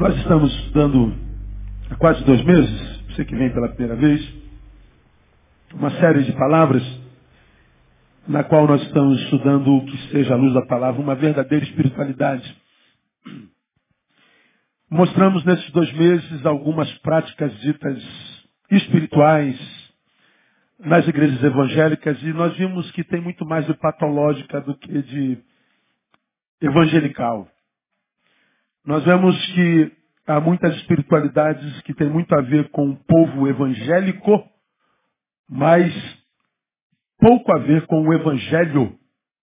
Nós estamos estudando há quase 2 meses, você que vem pela primeira vez, uma série de palavras na qual nós estamos estudando o que seja a luz da palavra, uma verdadeira espiritualidade. Mostramos nesses 2 meses algumas práticas ditas espirituais nas igrejas evangélicas e nós vimos que tem muito mais de patológica do que de evangelical. Nós vemos que há muitas espiritualidades que têm muito a ver com o povo evangélico, mas pouco a ver com o evangelho.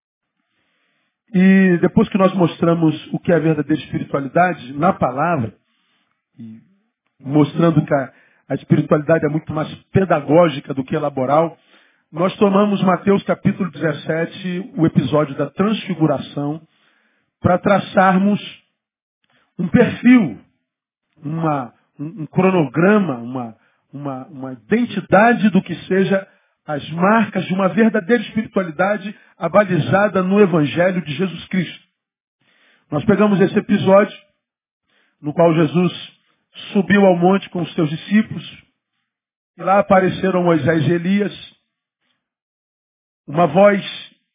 E depois que nós mostramos o que é a verdadeira espiritualidade na palavra, e mostrando que a espiritualidade é muito mais pedagógica do que laboral, nós tomamos Mateus capítulo 17, o episódio da transfiguração, para traçarmos um perfil, um cronograma, uma identidade do que seja as marcas de uma verdadeira espiritualidade abalizada no Evangelho de Jesus Cristo. Nós pegamos esse episódio no qual Jesus subiu ao monte com os seus discípulos e lá apareceram Moisés e Elias. Uma voz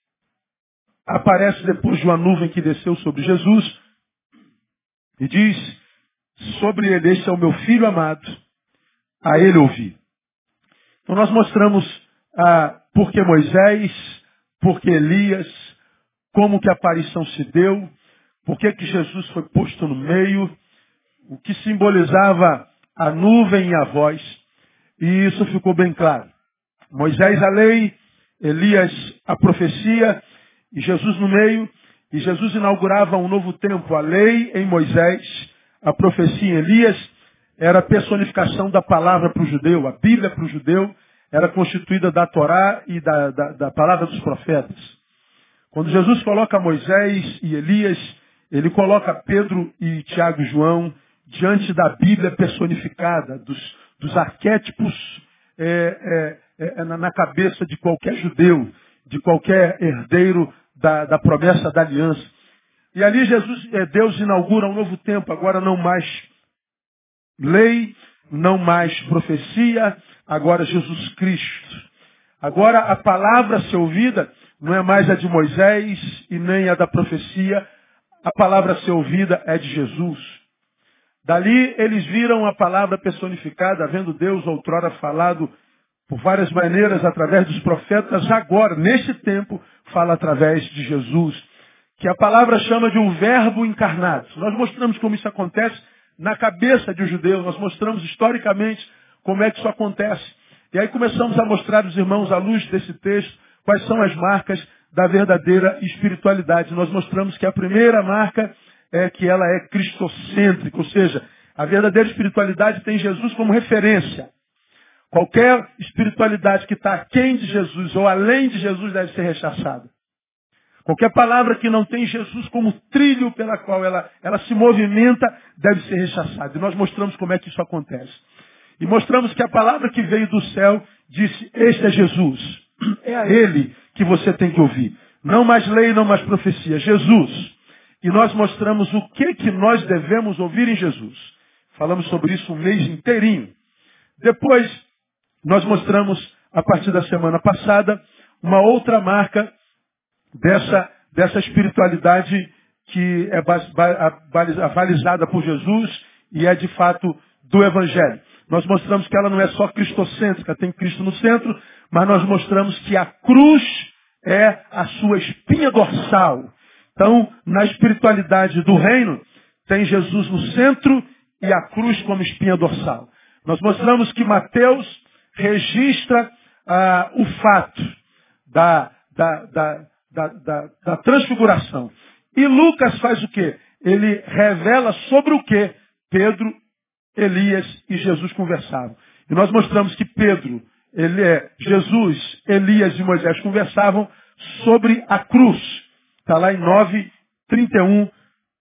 aparece depois de uma nuvem que desceu sobre Jesus e diz sobre ele: este é o meu filho amado, a ele ouvi. Então nós mostramos por que Moisés, por que Elias, como que a aparição se deu, por que Jesus foi posto no meio, o que simbolizava a nuvem e a voz, e isso ficou bem claro. Moisés a lei, Elias a profecia, e Jesus no meio, e Jesus inaugurava um novo tempo. A lei em Moisés, a profecia em Elias, era a personificação da palavra para o judeu. A Bíblia para o judeu era constituída da Torá e da palavra dos profetas. Quando Jesus coloca Moisés e Elias, ele coloca Pedro e Tiago e João diante da Bíblia personificada, dos arquétipos na cabeça de qualquer judeu, de qualquer herdeiro da promessa da aliança. E ali Deus inaugura um novo tempo, agora não mais lei, não mais profecia, agora Jesus Cristo. Agora a palavra a ser ouvida não é mais a de Moisés e nem a da profecia, a palavra a ser ouvida é de Jesus. Dali eles viram a palavra personificada, havendo Deus outrora falado por várias maneiras através dos profetas, agora, neste tempo, fala através de Jesus, que a palavra chama de um verbo encarnado. Nós mostramos como isso acontece na cabeça de um judeu, nós mostramos historicamente como é que isso acontece. E aí começamos a mostrar aos irmãos, à luz desse texto, quais são as marcas da verdadeira espiritualidade. Nós mostramos que a primeira marca é que ela é cristocêntrica, ou seja, a verdadeira espiritualidade tem Jesus como referência. Qualquer espiritualidade que está aquém de Jesus ou além de Jesus deve ser rechaçada. Qualquer palavra que não tem Jesus como trilho pela qual ela se movimenta deve ser rechaçada. E nós mostramos como é que isso acontece. E mostramos que a palavra que veio do céu disse: este é Jesus. É a ele que você tem que ouvir. Não mais lei, não mais profecia. Jesus. E nós mostramos o que nós devemos ouvir em Jesus. Falamos sobre isso um mês inteirinho. Depois, nós mostramos, a partir da semana passada, uma outra marca dessa espiritualidade que é balizada por Jesus e é de fato do Evangelho. Nós mostramos que ela não é só cristocêntrica, tem Cristo no centro, mas nós mostramos que a cruz é a sua espinha dorsal. Então, na espiritualidade do reino, tem Jesus no centro e a cruz como espinha dorsal. Nós mostramos que Mateus registra o fato da transfiguração. E Lucas faz o quê? Ele revela sobre o que Pedro, Elias e Jesus conversavam. E nós mostramos que Jesus, Elias e Moisés conversavam sobre a cruz. Está lá em 9:31,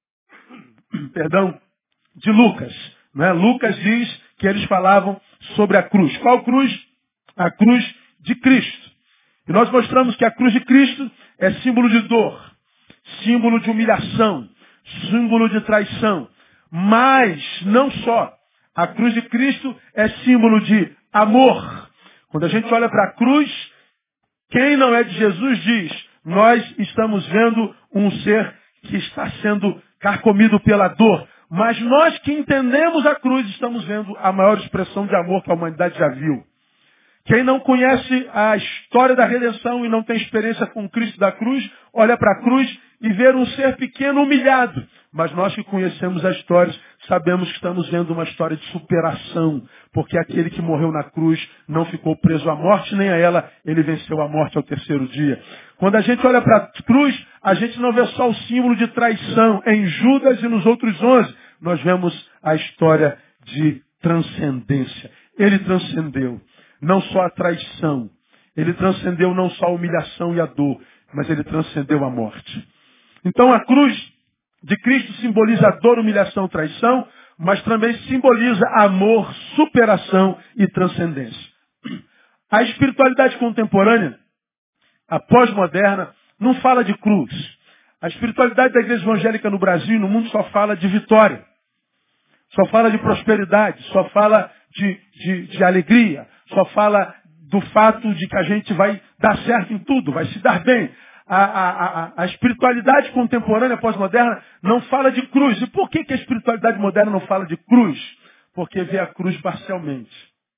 de Lucas. Né? Lucas diz que eles falavam sobre a cruz. Qual cruz? A cruz de Cristo. E nós mostramos que a cruz de Cristo é símbolo de dor, símbolo de humilhação, símbolo de traição. Mas, não só. A cruz de Cristo é símbolo de amor. Quando a gente olha para a cruz, quem não é de Jesus diz, nós estamos vendo um ser que está sendo carcomido pela dor. Mas nós que entendemos a cruz, estamos vendo a maior expressão de amor que a humanidade já viu. Quem não conhece a história da redenção e não tem experiência com o Cristo da cruz, olha para a cruz e vê um ser pequeno humilhado. Mas nós que conhecemos a história, sabemos que estamos vendo uma história de superação. Porque aquele que morreu na cruz não ficou preso à morte, nem a ela, ele venceu a morte ao terceiro dia. Quando a gente olha para a cruz, a gente não vê só o símbolo de traição em Judas e nos outros 11. Nós vemos a história de transcendência. Ele transcendeu. Não só a traição, ele transcendeu não só a humilhação e a dor, mas ele transcendeu a morte. Então a cruz de Cristo simboliza a dor, humilhação, traição, mas também simboliza amor, superação e transcendência. A espiritualidade contemporânea, a pós-moderna, não fala de cruz. A espiritualidade da igreja evangélica no Brasil e no mundo só fala de vitória, só fala de prosperidade, só fala de alegria, só fala do fato de que a gente vai dar certo em tudo, vai se dar bem. A espiritualidade contemporânea, pós-moderna, não fala de cruz. E por que a espiritualidade moderna não fala de cruz? Porque vê a cruz parcialmente.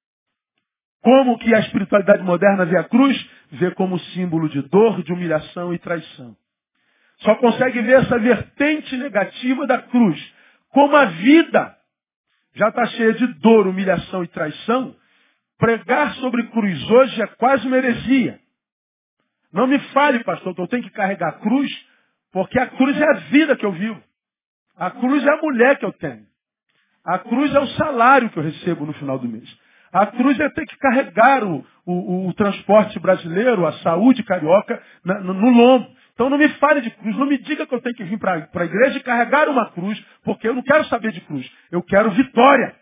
Como que a espiritualidade moderna vê a cruz? Vê como símbolo de dor, de humilhação e traição. Só consegue ver essa vertente negativa da cruz. Como a vida já está cheia de dor, humilhação e traição, pregar sobre cruz hoje é quase uma heresia. Não me fale, pastor, que eu tenho que carregar a cruz, porque a cruz é a vida que eu vivo. A cruz é a mulher que eu tenho. A cruz é o salário que eu recebo no final do mês. A cruz é ter que carregar o transporte brasileiro, a saúde carioca, no lombo. Então não me fale de cruz, não me diga que eu tenho que vir para a igreja e carregar uma cruz, porque eu não quero saber de cruz. Eu quero vitória.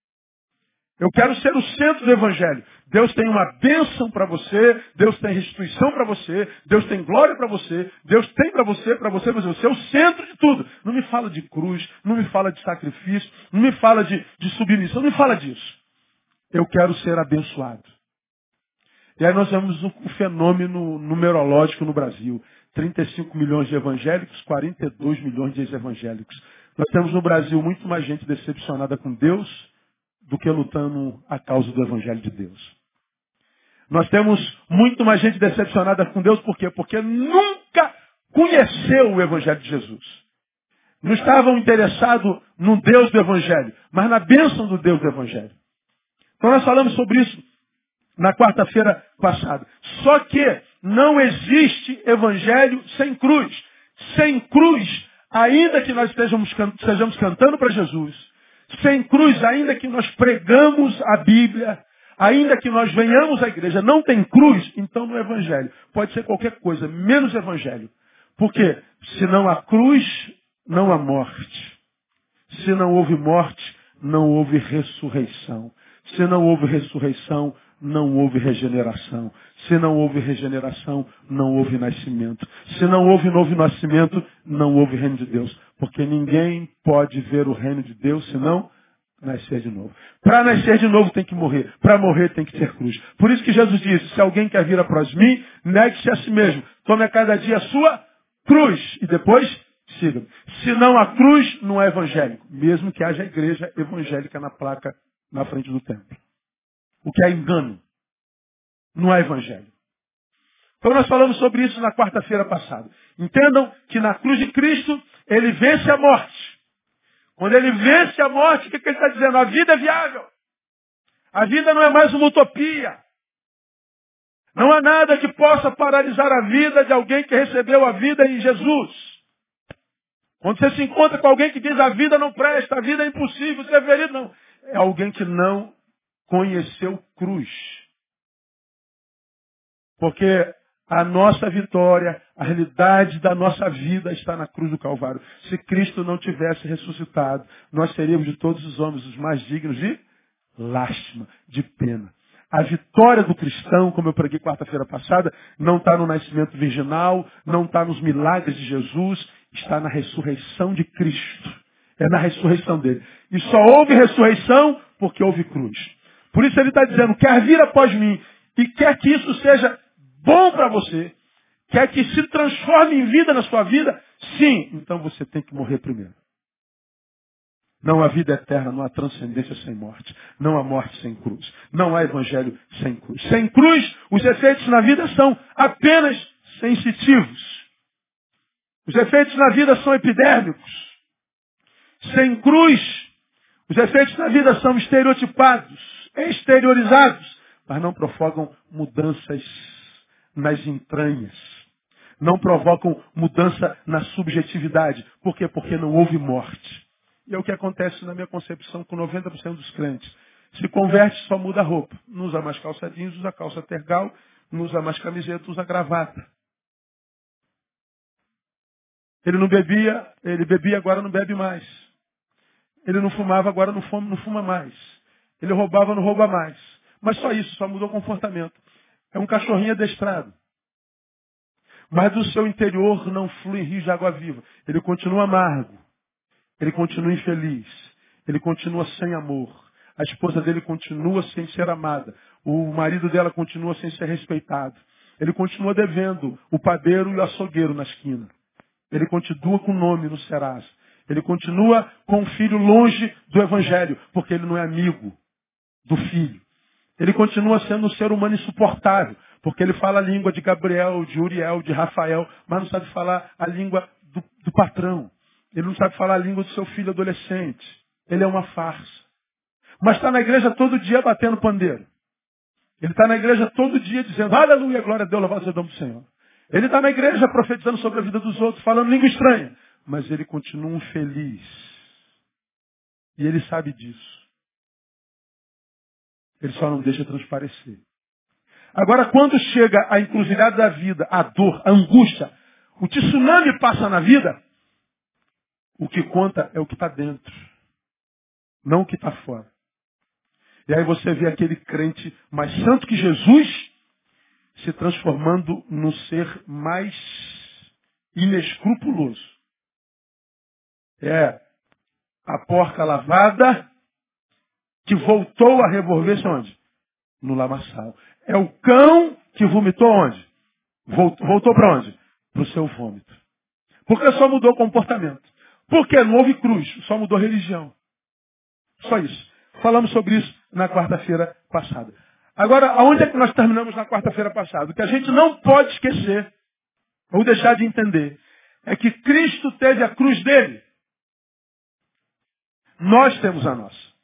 Eu quero ser o centro do Evangelho. Deus tem uma bênção para você, Deus tem restituição para você, Deus tem glória para você, Deus tem para você, mas você é o centro de tudo. Não me fala de cruz, não me fala de sacrifício, não me fala de submissão, não me fala disso. Eu quero ser abençoado. E aí nós vemos um fenômeno numerológico no Brasil. 35 milhões de evangélicos, 42 milhões de ex-evangélicos. Nós temos no Brasil muito mais gente decepcionada com Deus do que lutando a causa do Evangelho de Deus. Nós temos muito mais gente decepcionada com Deus, por quê? Porque nunca conheceu o Evangelho de Jesus. Não estavam interessados no Deus do Evangelho, mas na bênção do Deus do Evangelho. Então nós falamos sobre isso na quarta-feira passada. Só que não existe Evangelho sem cruz. Sem cruz, ainda que nós estejamos cantando para Jesus, sem cruz, ainda que nós pregamos a Bíblia, ainda que nós venhamos à igreja, não tem cruz, então no Evangelho. Pode ser qualquer coisa, menos Evangelho. Por quê? Se não há cruz, não há morte. Se não houve morte, não houve ressurreição. Se não houve ressurreição, não houve regeneração. Se não houve regeneração, não houve nascimento. Se não houve novo nascimento, não houve reino de Deus. Porque ninguém pode ver o reino de Deus se não nascer de novo. Para nascer de novo tem que morrer. Para morrer tem que ter cruz. Por isso que Jesus disse, se alguém quer vir após mim, negue-se a si mesmo. Tome a cada dia a sua cruz. E depois, siga. Se não há cruz, não é evangélico. Mesmo que haja igreja evangélica na placa na frente do templo. O que é engano. Não é evangelho. Então nós falamos sobre isso na quarta-feira passada. Entendam que na cruz de Cristo, ele vence a morte. Quando ele vence a morte, o que ele está dizendo? A vida é viável. A vida não é mais uma utopia. Não há nada que possa paralisar a vida de alguém que recebeu a vida em Jesus. Quando você se encontra com alguém que diz a vida não presta, a vida é impossível, isso é verídico, não. É alguém que não conheceu cruz. Porque a nossa vitória, a realidade da nossa vida está na cruz do Calvário. Se Cristo não tivesse ressuscitado, nós seríamos de todos os homens os mais dignos de lástima, de pena. A vitória do cristão, como eu preguei quarta-feira passada, não está no nascimento virginal, não está nos milagres de Jesus, está na ressurreição de Cristo. É na ressurreição dele. E só houve ressurreição porque houve cruz. Por isso ele está dizendo, quer vir após mim e quer que isso seja bom para você, quer que se transforme em vida na sua vida, sim, então você tem que morrer primeiro. Não há vida eterna, não há transcendência sem morte. Não há morte sem cruz. Não há evangelho sem cruz. Sem cruz, os efeitos na vida são apenas sensitivos. Os efeitos na vida são epidérmicos. Sem cruz, os efeitos na vida são estereotipados, exteriorizados, mas não provocam mudanças nas entranhas. Não provocam mudança na subjetividade. Por quê? Porque não houve morte. E é o que acontece na minha concepção com 90% dos crentes. Se converte, só muda a roupa. Não usa mais calça jeans, usa calça tergal, não usa mais camiseta, usa gravata. Ele não bebia, ele bebia, agora não bebe mais. Ele não fumava, agora não fuma mais. Ele roubava, não rouba mais. Mas só isso, só mudou o comportamento. É um cachorrinho adestrado. Mas do seu interior não flui rio de água viva. Ele continua amargo. Ele continua infeliz. Ele continua sem amor. A esposa dele continua sem ser amada. O marido dela continua sem ser respeitado. Ele continua devendo o padeiro e o açougueiro na esquina. Ele continua com o nome no Serasa. Ele continua com o filho longe do evangelho, porque ele não é amigo do filho. Ele continua sendo um ser humano insuportável, porque ele fala a língua de Gabriel, de Uriel, de Rafael, mas não sabe falar a língua do patrão. Ele não sabe falar a língua do seu filho adolescente. Ele é uma farsa. Mas está na igreja todo dia batendo pandeiro. Ele está na igreja todo dia dizendo, aleluia, glória a Deus, louvado seja o nome do Senhor. Ele está na igreja profetizando sobre a vida dos outros, falando língua estranha. Mas ele continua infeliz. E ele sabe disso. Ele só não deixa transparecer. Agora, quando chega a encruzilhada da vida, a dor, a angústia, o tsunami passa na vida, o que conta é o que está dentro, não o que está fora. E aí você vê aquele crente mais santo que Jesus se transformando no ser mais inescrupuloso. É a porca lavada que voltou a revolver-se onde? No lamaçal. É o cão que vomitou onde? Voltou para onde? Para o seu vômito. Porque só mudou o comportamento. Porque não houve cruz, só mudou a religião. Só isso. Falamos sobre isso na quarta-feira passada. Agora, aonde é que nós terminamos na quarta-feira passada? O que a gente não pode esquecer, ou deixar de entender, é que Cristo teve a cruz dele. Nós temos a nossa.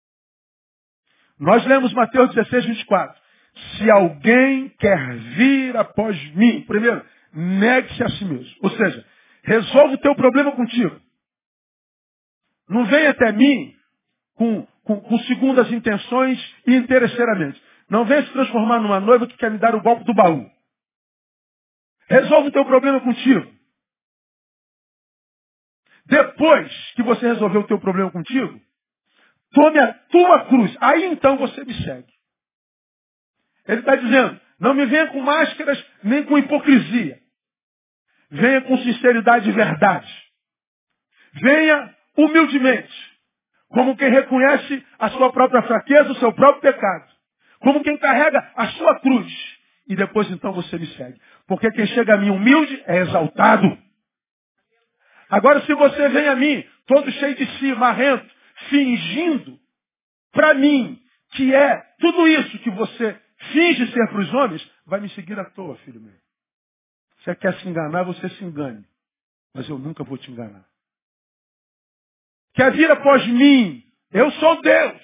Nós lemos Mateus 16, 24. Se alguém quer vir após mim, primeiro, negue-se a si mesmo. Ou seja, resolva o teu problema contigo. Não venha até mim com segundas intenções e interesseiramente. Não venha se transformar numa noiva que quer me dar o golpe do baú. Resolva o teu problema contigo. Depois que você resolveu o teu problema contigo, tome a tua cruz. Aí então você me segue. Ele está dizendo, não me venha com máscaras nem com hipocrisia. Venha com sinceridade e verdade. Venha humildemente. Como quem reconhece a sua própria fraqueza, o seu próprio pecado. Como quem carrega a sua cruz. E depois então você me segue. Porque quem chega a mim humilde é exaltado. Agora se você vem a mim, todo cheio de si, marrento, fingindo, para mim, que é tudo isso que você finge ser para os homens, vai me seguir à toa, filho meu. Você quer se enganar, você se engane. Mas eu nunca vou te enganar. Quer vir após mim? Eu sou Deus.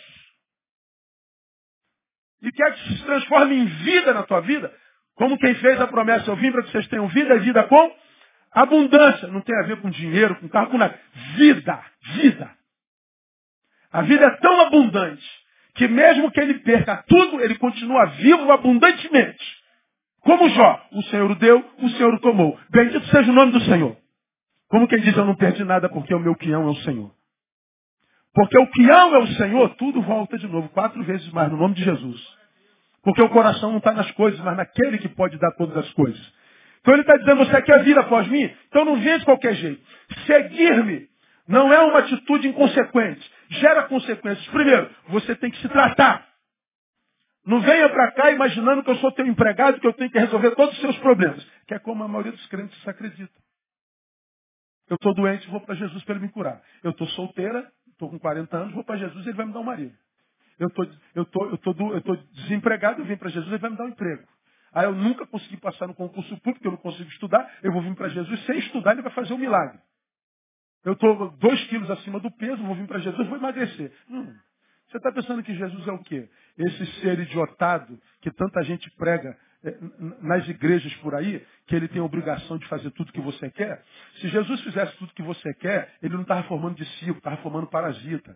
E quer que se transforme em vida na tua vida? Como quem fez a promessa, eu vim para que vocês tenham vida e vida com abundância. Não tem a ver com dinheiro, com carro, com nada. Vida, vida. A vida é tão abundante que mesmo que ele perca tudo, ele continua vivo abundantemente. Como Jó, o Senhor o deu, o Senhor o tomou. Bendito seja o nome do Senhor. Como quem diz, eu não perdi nada porque o meu quião é o Senhor. Porque o quião é o Senhor, tudo volta de novo, 4 vezes mais, no nome de Jesus. Porque o coração não está nas coisas, mas naquele que pode dar todas as coisas. Então ele está dizendo, você quer vir após mim? Então não venha de qualquer jeito. Seguir-me Não é uma atitude inconsequente. Gera consequências. Primeiro, você tem que se tratar. Não venha para cá imaginando que eu sou teu empregado, que eu tenho que resolver todos os seus problemas. Que é como a maioria dos crentes acredita. Eu estou doente, vou para Jesus para ele me curar. Eu estou solteira, estou com 40 anos, vou para Jesus e ele vai me dar um marido. Eu tô desempregado, eu vim para Jesus e ele vai me dar um emprego. Aí eu nunca consegui passar no concurso público, porque eu não consigo estudar, eu vou vir para Jesus, sem estudar ele vai fazer um milagre. Eu estou 2 quilos acima do peso, vou vir para Jesus, vou emagrecer. Você está pensando que Jesus é o quê? Esse ser idiotado que tanta gente prega nas igrejas por aí, que ele tem a obrigação de fazer tudo que você quer. Se Jesus fizesse tudo que você quer, ele não estava formando discípulo, estava formando parasita.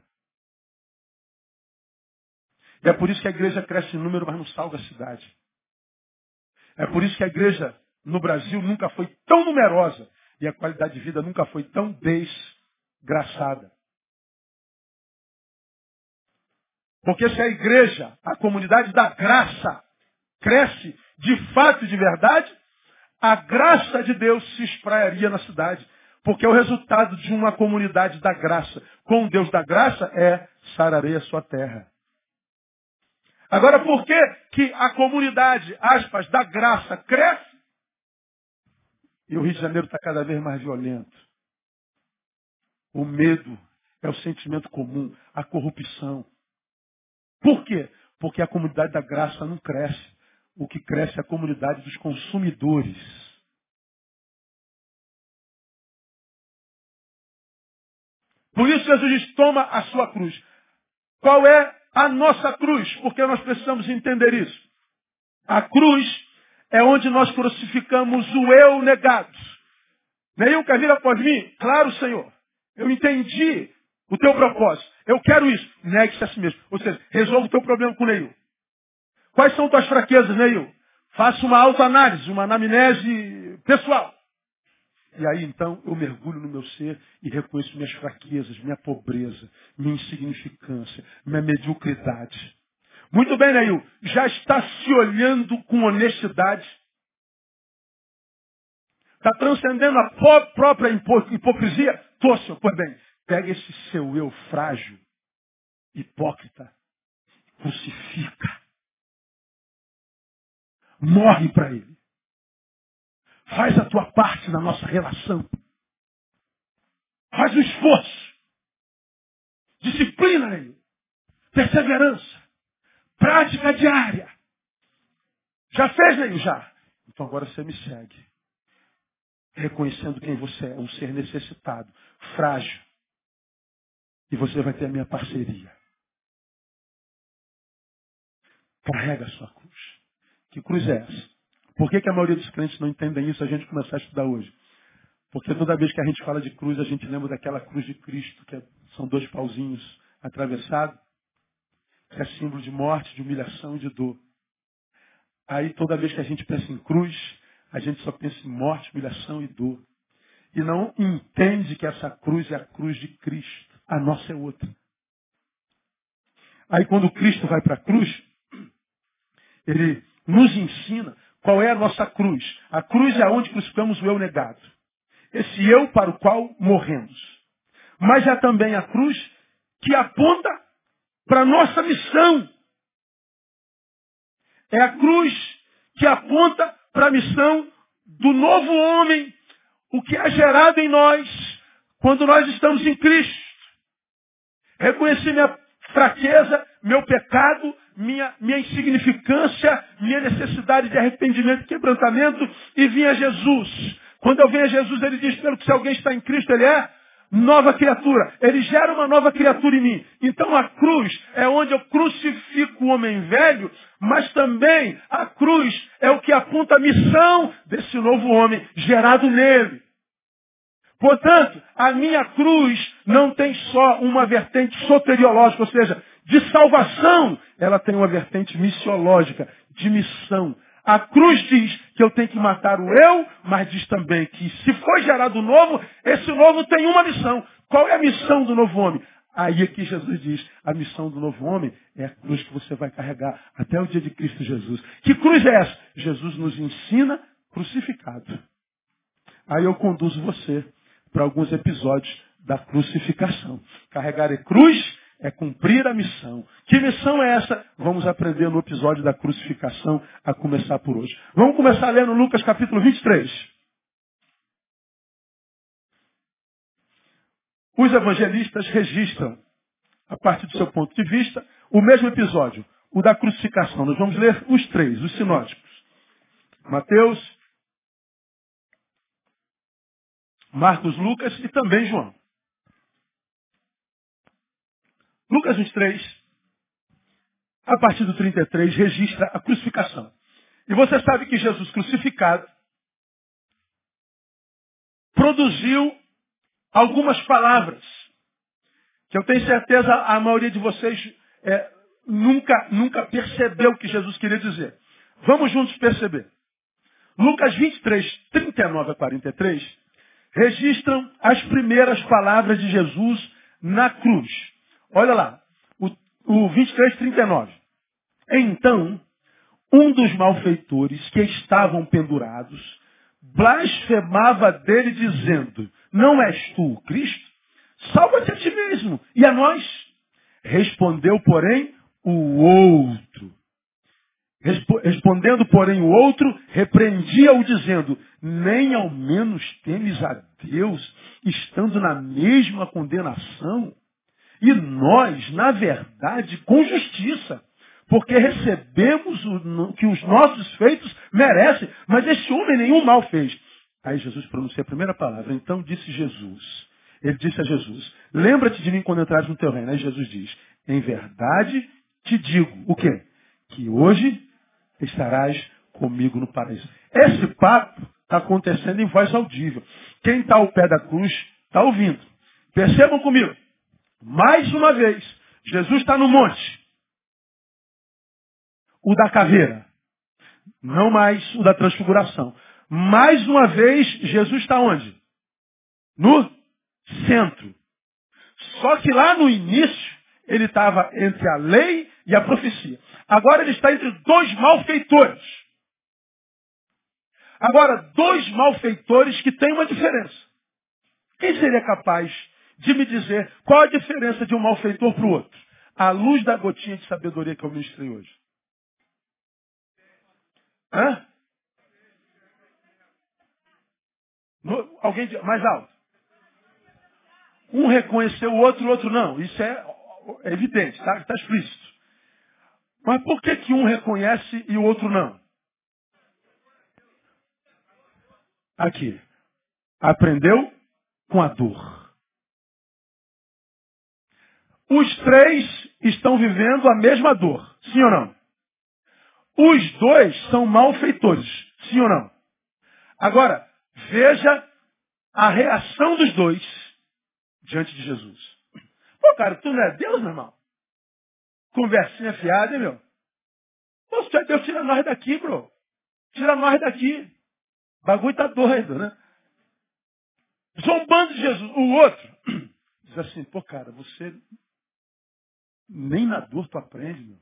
E é por isso que a igreja cresce em número, mas não salga a cidade. É por isso que a igreja no Brasil nunca foi tão numerosa e a qualidade de vida nunca foi tão desgraçada. Porque se a igreja, a comunidade da graça, cresce de fato e de verdade, a graça de Deus se espraiaria na cidade. Porque o resultado de uma comunidade da graça com o Deus da graça é sararei a sua terra. Agora, por que a comunidade, aspas, da graça cresce e o Rio de Janeiro está cada vez mais violento? O medo é o sentimento comum, a corrupção. Por quê? Porque a comunidade da graça não cresce. O que cresce é a comunidade dos consumidores. Por isso Jesus diz, toma a sua cruz. Qual é a nossa cruz? Porque nós precisamos entender isso. A cruz é onde nós crucificamos o eu negado. Neil, quer vir após mim? Claro, Senhor. Eu entendi o teu propósito. Eu quero isso. Negue-se a si mesmo. Ou seja, resolva o teu problema com o Neil. Quais são tuas fraquezas, Neil? Faça uma autoanálise, uma anamnese pessoal. E aí, então, eu mergulho no meu ser e reconheço minhas fraquezas, minha pobreza, minha insignificância, minha mediocridade. Muito bem, Neil. Já está se olhando com honestidade? Está transcendendo a própria hipocrisia? Tô, Senhor. Pois bem, pega esse seu eu frágil, hipócrita, crucifica. Morre para ele. Faz a tua parte na nossa relação. Faz o esforço. Disciplina ele. Perseverança. Prática diária. Já fez, Neil? Já. Então agora você me segue. Reconhecendo quem você é. Um ser necessitado. Frágil. E você vai ter a minha parceria. Carrega a sua cruz. Que cruz é essa? Por que a maioria dos crentes não entendem isso? A gente começar a estudar hoje. Porque toda vez que a gente fala de cruz, a gente lembra daquela cruz de Cristo, que são 2 pauzinhos atravessados, que é símbolo de morte, de humilhação e de dor. Aí toda vez que a gente pensa em cruz, a gente só pensa em morte, humilhação e dor. E não entende que essa cruz é a cruz de Cristo. A nossa é outra. Aí quando Cristo vai para a cruz, ele nos ensina qual é a nossa cruz. A cruz é onde crucificamos o eu negado. Esse eu para o qual morremos. Mas é também a cruz que aponta para a nossa missão. É a cruz que aponta para a missão do novo homem, o que é gerado em nós quando nós estamos em Cristo. Reconheci minha fraqueza, meu pecado, minha insignificância, minha necessidade de arrependimento e quebrantamento e vim a Jesus. Quando eu venho a Jesus, ele diz, pelo que se alguém está em Cristo, ele é nova criatura. Ele gera uma nova criatura em mim. Então a cruz é onde eu crucifico o homem velho, mas também a cruz é o que aponta a missão desse novo homem gerado nele. Portanto, a minha cruz não tem só uma vertente soteriológica, ou seja, de salvação. Ela tem uma vertente missiológica, de missão. A cruz diz que eu tenho que matar o eu, mas diz também que se for gerado novo, esse novo tem uma missão. Qual é a missão do novo homem? Aí é que Jesus diz, a missão do novo homem é a cruz que você vai carregar até o dia de Cristo Jesus. Que cruz é essa? Jesus nos ensina crucificado. Aí eu conduzo você para alguns episódios da crucificação. Carregar a cruz é cumprir a missão. Que missão é essa? Vamos aprender no episódio da crucificação, a começar por hoje. Vamos começar lendo Lucas capítulo 23. Os evangelistas registram, a partir do seu ponto de vista, o mesmo episódio, o da crucificação. Nós vamos ler os três, os sinóticos. Mateus, Marcos, Lucas e também João. Lucas 23, a partir do 33, registra a crucificação. E você sabe que Jesus crucificado produziu algumas palavras que eu tenho certeza a maioria de vocês nunca percebeu o que Jesus queria dizer. Vamos juntos perceber. Lucas 23, 39 a 43, registram as primeiras palavras de Jesus na cruz. Olha lá, o 23, 39. Então, um dos malfeitores que estavam pendurados blasfemava dele dizendo, não és tu o Cristo? Salva-te a ti mesmo e a nós. Respondeu, porém, o outro. Respondendo, porém, o outro, repreendia-o dizendo, nem ao menos temes a Deus, estando na mesma condenação? E nós, na verdade, com justiça, porque recebemos o que os nossos feitos merecem, mas esse homem nenhum mal fez. Aí Jesus pronuncia a primeira palavra. Então disse Jesus, ele disse a Jesus, lembra-te de mim quando entrares no teu reino. Aí Jesus diz, em verdade te digo, o quê? Que hoje estarás comigo no paraíso. Esse papo está acontecendo em voz audível. Quem está ao pé da cruz está ouvindo. Percebam comigo. Mais uma vez, Jesus está no monte. O da caveira. Não mais o da transfiguração. Mais uma vez, Jesus está onde? No centro. Só que lá no início, ele estava entre a lei e a profecia. Agora ele está entre dois malfeitores. Agora, dois malfeitores que têm uma diferença. Quem seria capaz de me dizer qual a diferença de um malfeitor para o outro? À luz da gotinha de sabedoria que eu ministrei hoje. Hã? Alguém mais alto? Um reconheceu o outro não. Isso é evidente, está explícito. Mas por que um reconhece e o outro não? Aqui. Aprendeu com a dor. Os três estão vivendo a mesma dor. Sim ou não? Os dois são malfeitores. Sim ou não? Agora, veja a reação dos dois diante de Jesus. Pô, cara, tu não é Deus, meu irmão? Conversinha fiada, hein, meu? Pô, se tu é Deus, tira nós daqui, bro. Tira nós daqui. O bagulho tá doido, né? Zombando de Jesus. O outro diz assim, pô, cara, você nem na dor tu aprende, meu.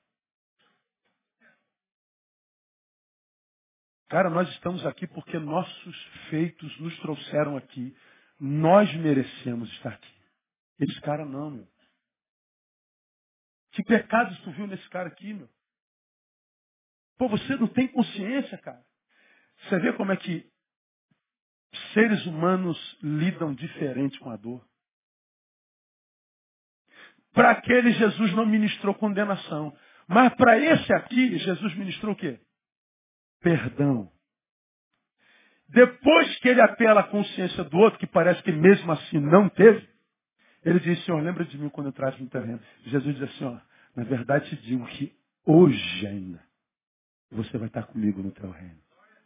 Cara, nós estamos aqui porque nossos feitos nos trouxeram aqui. Nós merecemos estar aqui. Esse cara não, meu. Que pecados tu viu nesse cara aqui, meu? Pô, você não tem consciência, cara. Você vê como é que seres humanos lidam diferente com a dor. Para aquele, Jesus não ministrou condenação. Mas para esse aqui, Jesus ministrou o quê? Perdão. Depois que ele apela à consciência do outro, que parece que mesmo assim não teve, ele diz, Senhor, lembra de mim quando entraste no terreno. Jesus diz assim, ó, na verdade te digo que hoje ainda você vai estar comigo no teu reino.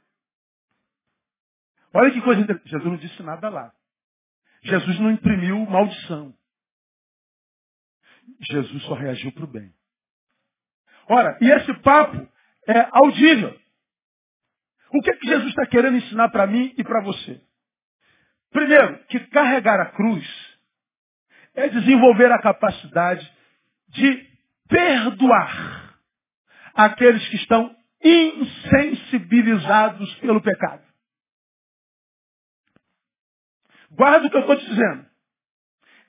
Olha que coisa interessante. Jesus não disse nada lá. Jesus não imprimiu maldição. Jesus só reagiu para o bem. Ora, e esse papo é audível. O que é que Jesus está querendo ensinar para mim e para você? Primeiro, que carregar a cruz é desenvolver a capacidade de perdoar aqueles que estão insensibilizados pelo pecado. Guarda o que eu estou te dizendo.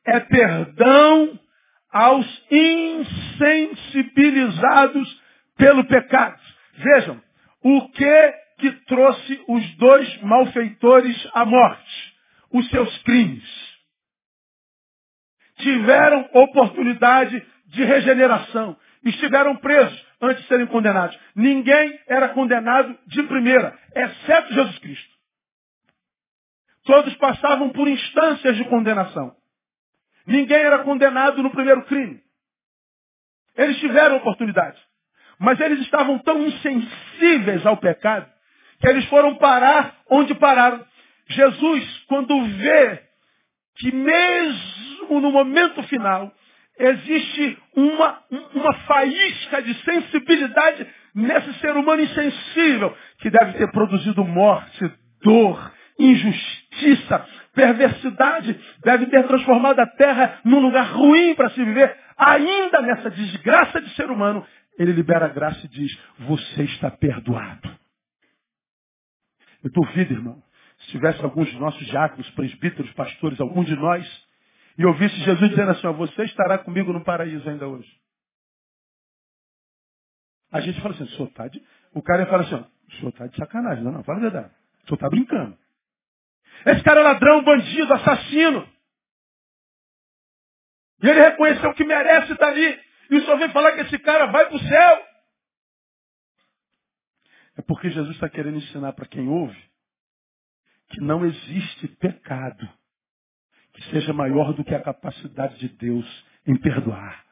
é perdão aos insensibilizados pelo pecado. Vejam, o que trouxe os dois malfeitores à morte? Os seus crimes. Tiveram oportunidade de regeneração. Estiveram presos antes de serem condenados. Ninguém era condenado de primeira, exceto Jesus Cristo. Todos passavam por instâncias de condenação. Ninguém era condenado no primeiro crime. Eles tiveram oportunidade. Mas eles estavam tão insensíveis ao pecado que eles foram parar onde pararam. Jesus, quando vê que mesmo no momento final existe uma faísca de sensibilidade nesse ser humano insensível que deve ter produzido morte, dor, injustiça, perversidade, deve ter transformado a terra num lugar ruim para se viver. Ainda nessa desgraça de ser humano, ele libera a graça e diz, você está perdoado. Eu duvido, irmão, se tivesse alguns dos nossos diáconos, presbíteros, pastores, algum de nós, e ouvisse Jesus dizendo assim, ó, você estará comigo no paraíso ainda hoje. A gente fala assim, o senhor está de... O cara ia falar assim, ó, o senhor está de sacanagem. Não, fala a verdade. O senhor está brincando. Esse cara é ladrão, bandido, assassino. E ele reconheceu que merece estar ali. E o senhor vem falar que esse cara vai para o céu. É porque Jesus está querendo ensinar para quem ouve que não existe pecado que seja maior do que a capacidade de Deus em perdoar.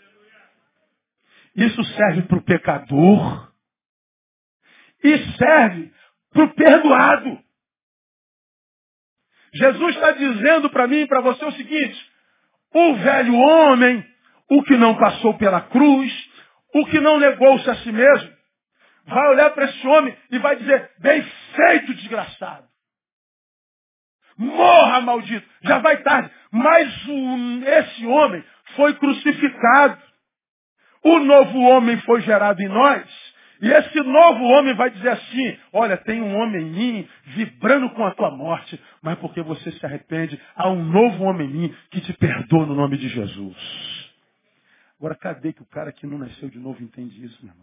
Isso serve para o pecador e serve para o perdoado. Jesus está dizendo para mim e para você o seguinte, o velho homem, o que não passou pela cruz, o que não negou-se a si mesmo, vai olhar para esse homem e vai dizer, bem feito, desgraçado. Morra, maldito. Já vai tarde. Mas esse homem foi crucificado. O novo homem foi gerado em nós. E esse novo homem vai dizer assim, olha, tem um homem em mim vibrando com a tua morte, mas porque você se arrepende, há um novo homem em mim que te perdoa no nome de Jesus. Agora, cadê que o cara que não nasceu de novo entende isso, meu irmão?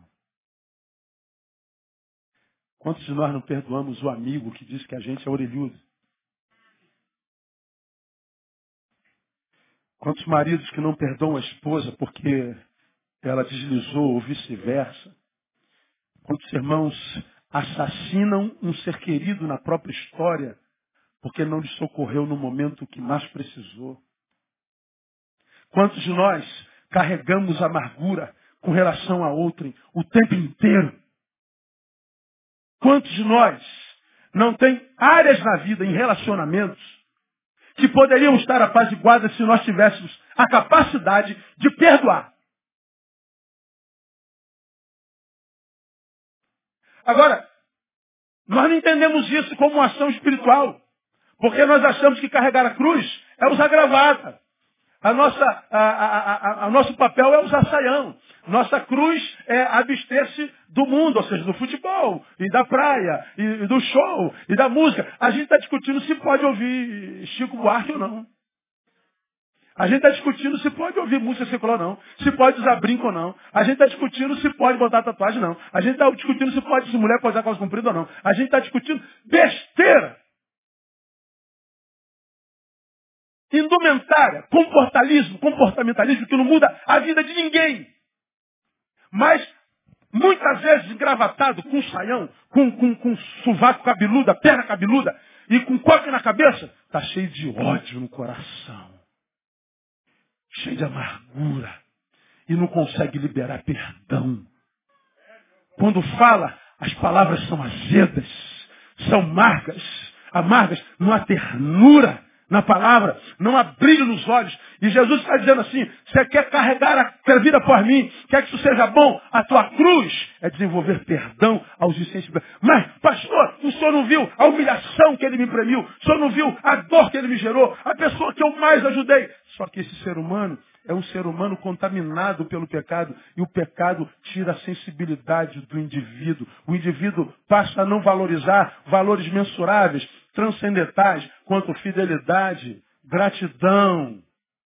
Quantos de nós não perdoamos o amigo que diz que a gente é orelhudo? Quantos maridos que não perdoam a esposa porque ela deslizou ou vice-versa? Quantos irmãos assassinam um ser querido na própria história porque não lhe socorreu no momento que mais precisou? Quantos de nós carregamos amargura com relação a outrem o tempo inteiro? Quantos de nós não tem áreas na vida, em relacionamentos, que poderiam estar apaziguadas se nós tivéssemos a capacidade de perdoar? Agora, nós não entendemos isso como uma ação espiritual, porque nós achamos que carregar a cruz é usar gravata. A nosso papel é usar saião. Nossa cruz é abster-se do mundo, ou seja, do futebol, e da praia, e do show, e da música. A gente está discutindo se pode ouvir Chico Buarque ou não. A gente está discutindo se pode ouvir música secular ou não. Se pode usar brinco ou não. A gente está discutindo se pode botar tatuagem ou não. A gente está discutindo se mulher pode usar calça comprida ou não. A gente está discutindo besteira. Indumentária, comportamentalismo que não muda a vida de ninguém. Mas, muitas vezes engravatado com saião, com sovaco cabeludo, perna cabeluda e com coque na cabeça, está cheio de ódio no coração. Cheio de amargura. E não consegue liberar perdão. Quando fala, as palavras são azedas, são amargas, não há ternura na palavra, não há brilho nos olhos. E Jesus está dizendo assim, você quer carregar a vida por mim, quer que isso seja bom, a tua cruz é desenvolver perdão aos insensíveis. Mas, pastor, o senhor não viu a humilhação que ele me premiu, o senhor não viu a dor que ele me gerou, a pessoa que eu mais ajudei. Só que esse ser humano é um ser humano contaminado pelo pecado. E o pecado tira a sensibilidade do indivíduo. O indivíduo passa a não valorizar valores mensuráveis, transcendentais, quanto fidelidade, gratidão,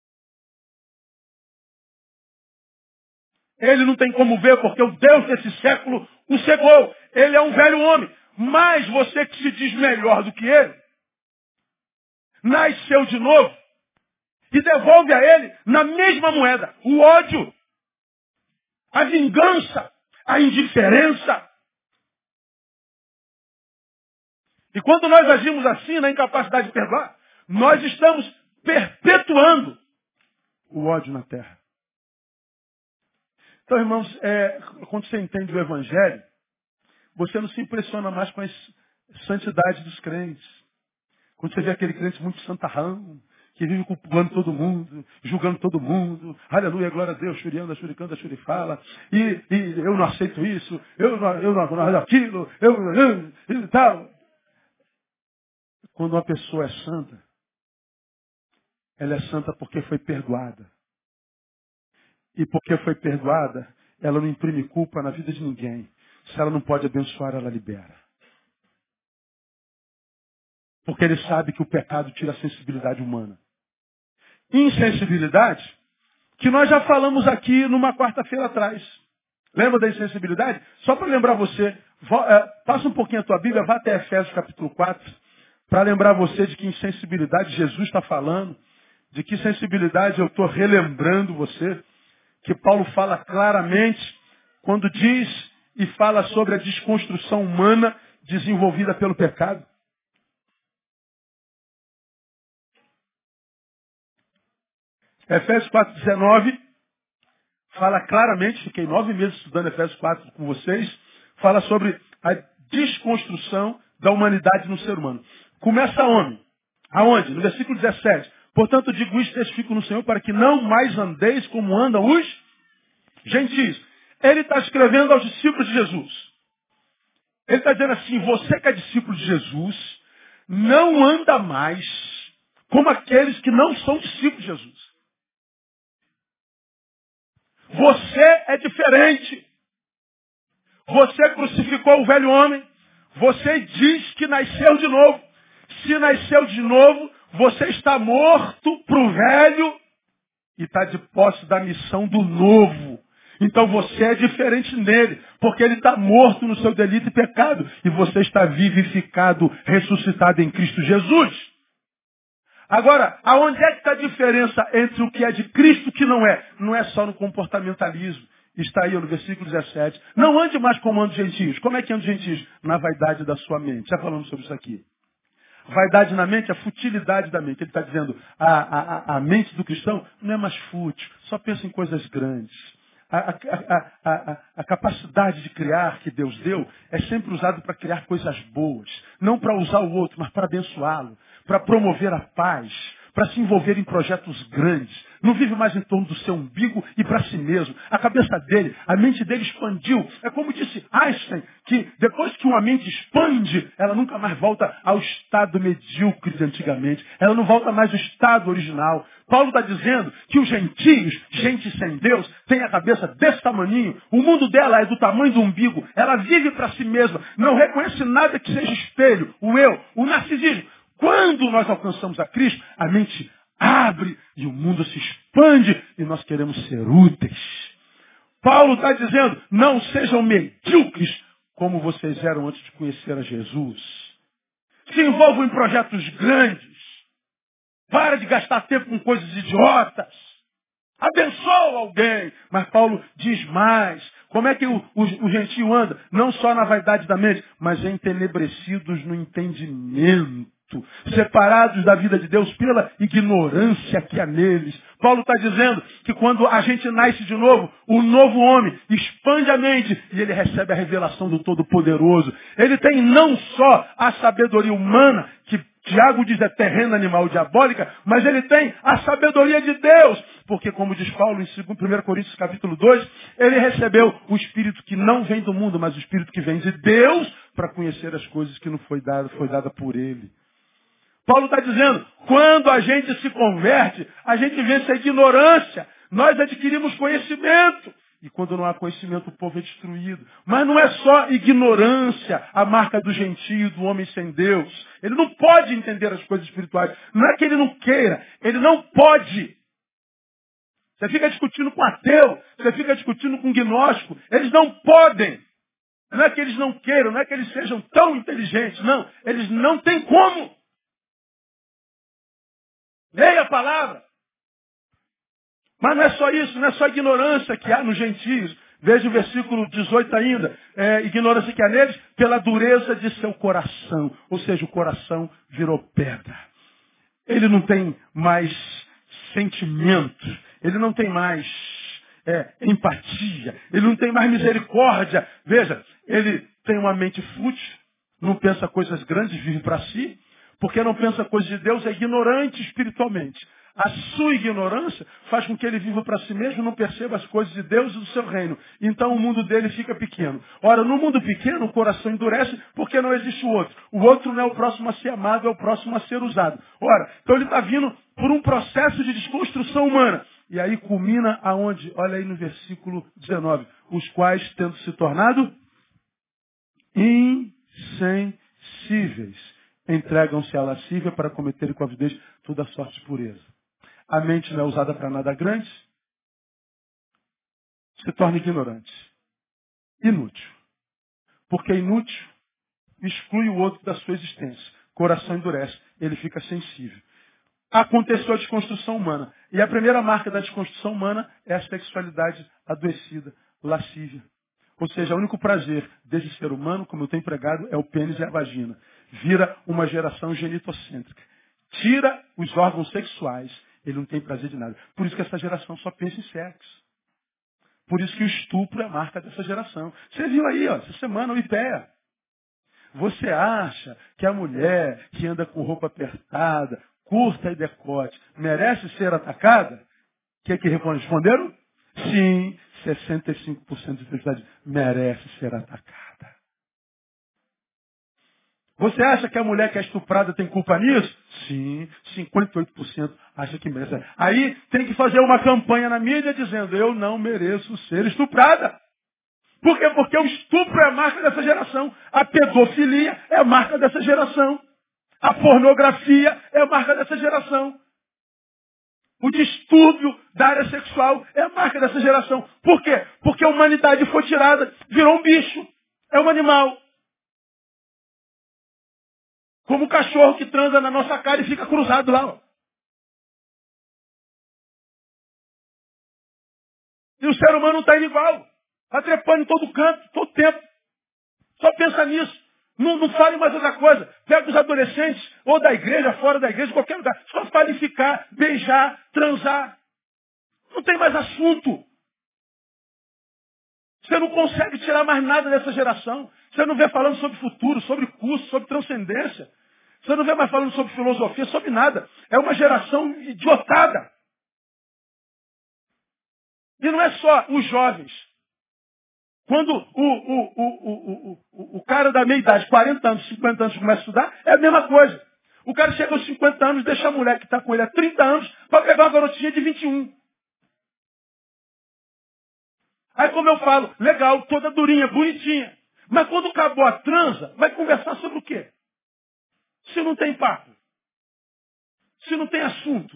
Ele não tem como ver porque o Deus desse século o cegou. Ele é um velho homem. Mas você que se diz melhor do que ele, nasceu de novo e devolve a ele na mesma moeda o ódio, a vingança, a indiferença. E quando nós agimos assim, na incapacidade de perdoar, nós estamos perpetuando o ódio na terra. Então, irmãos, quando você entende o Evangelho, você não se impressiona mais com a santidade dos crentes. Quando você vê aquele crente muito santarrão, que vive culpando todo mundo, julgando todo mundo, aleluia, glória a Deus, churianda, churicanda, churifala, e eu não aceito isso, eu não aceito aquilo, e tal. Quando uma pessoa é santa, ela é santa porque foi perdoada. E porque foi perdoada, ela não imprime culpa na vida de ninguém. Se ela não pode abençoar, ela libera. Porque ele sabe que o pecado tira a sensibilidade humana. Insensibilidade, que nós já falamos aqui numa quarta-feira atrás. Lembra da insensibilidade? Só para lembrar você, passa um pouquinho a tua Bíblia, vá até Efésios capítulo 4, para lembrar você de que insensibilidade Jesus está falando, de que sensibilidade eu estou relembrando você, que Paulo fala claramente quando diz e fala sobre a desconstrução humana desenvolvida pelo pecado. Efésios 4,19 fala claramente, fiquei 9 meses estudando Efésios 4 com vocês, fala sobre a desconstrução da humanidade no ser humano. Começa onde? Aonde? No versículo 17. Portanto, digo isto, testifico no Senhor, para que não mais andeis como andam os gentios. Ele está escrevendo aos discípulos de Jesus. Ele está dizendo assim, você que é discípulo de Jesus, não anda mais como aqueles que não são discípulos de Jesus. Você é diferente. Você crucificou o velho homem. Você diz que nasceu de novo. Se nasceu de novo, você está morto para o velho e está de posse da missão do novo. Então você é diferente nele, porque ele está morto no seu delito e pecado. E você está vivificado, ressuscitado em Cristo Jesus. Agora, aonde é que está a diferença entre o que é de Cristo e o que não é? Não é só no comportamentalismo. Está aí no versículo 17. Não ande mais como andam os gentios. Como é que andam os gentios? Na vaidade da sua mente. Já falamos sobre isso aqui. Vaidade na mente, a futilidade da mente. Ele está dizendo, a mente do cristão não é mais fútil, só pensa em coisas grandes. A capacidade de criar que Deus deu é sempre usado para criar coisas boas. Não para usar o outro, mas para abençoá-lo, para promover a paz, para se envolver em projetos grandes. Não vive mais em torno do seu umbigo e para si mesmo. A cabeça dele, a mente dele expandiu. É como disse Einstein, que depois que uma mente expande, ela nunca mais volta ao estado medíocre de antigamente. Ela não volta mais ao estado original. Paulo está dizendo que os gentios, gente sem Deus, tem a cabeça desse tamaninho. O mundo dela é do tamanho do umbigo. Ela vive para si mesma. Não reconhece nada que seja espelho. O eu, o narcisismo. Quando nós alcançamos a Cristo, a mente abre e o mundo se expande e nós queremos ser úteis. Paulo está dizendo, não sejam medíocres como vocês eram antes de conhecer a Jesus. Se envolvam em projetos grandes. Para de gastar tempo com coisas idiotas. Abençoa alguém. Mas Paulo diz mais. Como é que o gentio anda? Não só na vaidade da mente, mas entenebrecidos no entendimento. Separados da vida de Deus pela ignorância que há neles. Paulo está dizendo que quando a gente nasce de novo, o novo homem expande a mente e ele recebe a revelação do Todo-Poderoso. Ele tem não só a sabedoria humana, que Tiago diz é terrena, animal, diabólica, mas ele tem a sabedoria de Deus. Porque, como diz Paulo em 1 Coríntios capítulo 2, ele recebeu o Espírito que não vem do mundo, mas o Espírito que vem de Deus para conhecer as coisas que não foi dada por ele. Paulo está dizendo, quando a gente se converte, a gente vence a ignorância. Nós adquirimos conhecimento. E quando não há conhecimento, o povo é destruído. Mas não é só ignorância, a marca do gentio, do homem sem Deus. Ele não pode entender as coisas espirituais. Não é que ele não queira, ele não pode. Você fica discutindo com ateu, você fica discutindo com gnóstico. Eles não podem. Não é que eles não queiram, não é que eles sejam tão inteligentes. Não, eles não têm como. Leia a palavra. Mas não é só isso, não é só ignorância que há nos gentios. Veja o versículo 18 ainda. Ignorância que há neles pela dureza de seu coração. Ou seja, o coração virou pedra. Ele não tem mais sentimento. Ele não tem mais empatia. Ele não tem mais misericórdia. Veja, ele tem uma mente fútil. Não pensa coisas grandes, vive para si. Porque não pensa coisas de Deus, é ignorante espiritualmente. A sua ignorância faz com que ele viva para si mesmo e não perceba as coisas de Deus e do seu reino. Então o mundo dele fica pequeno. Ora, no mundo pequeno, o coração endurece porque não existe o outro. O outro não é o próximo a ser amado, é o próximo a ser usado. Ora, então ele está vindo por um processo de desconstrução humana. E aí culmina aonde? Olha aí no versículo 19. Os quais, tendo se tornado insensíveis, entregam-se à lascívia para cometerem com avidez toda sorte de pureza. A mente não é usada para nada grande, se torna ignorante. Inútil. Porque inútil exclui o outro da sua existência. Coração endurece, ele fica sensível. Aconteceu a desconstrução humana. E a primeira marca da desconstrução humana é a sexualidade adoecida, lascívia. Ou seja, o único prazer desse ser humano, como eu tenho pregado, é o pênis e a vagina. Vira uma geração genitocêntrica. Tira os órgãos sexuais, ele não tem prazer de nada. Por isso que essa geração só pensa em sexo. Por isso que o estupro é a marca dessa geração. Você viu aí, ó, essa semana, o IPEA. Você acha que a mulher que anda com roupa apertada, curta e decote, merece ser atacada? O que é que responderam? Sim, 65% de felicidade merece ser atacada. Você acha que a mulher que é estuprada tem culpa nisso? Sim, 58% acha que merece. Aí tem que fazer uma campanha na mídia dizendo, eu não mereço ser estuprada. Por quê? Porque o estupro é a marca dessa geração. A pedofilia é a marca dessa geração. A pornografia é a marca dessa geração. O distúrbio da área sexual é a marca dessa geração. Por quê? Porque a humanidade foi tirada, virou um bicho. É um animal. Como o cachorro que transa na nossa cara e fica cruzado lá. Ó. E o ser humano está indo igual. Está trepando em todo canto, todo tempo. Só pensa nisso. Não fale mais outra coisa. Pega os adolescentes, ou da igreja, fora da igreja, qualquer lugar. Só fale ficar, beijar, transar. Não tem mais assunto. Você não consegue tirar mais nada dessa geração. Você não vê falando sobre futuro, sobre curso, sobre transcendência. Você não vê mais falando sobre filosofia, sobre nada. É uma geração idiotada. E não é só os jovens. Quando o cara da meia idade, 40 anos, 50 anos, começa a estudar, é a mesma coisa. O cara chega aos 50 anos, deixa a mulher que está com ele há 30 anos para pegar uma garotinha de 21. Aí como eu falo, legal, toda durinha, bonitinha. Mas quando acabou a transa, vai conversar sobre o quê? Se não tem papo. Se não tem assunto.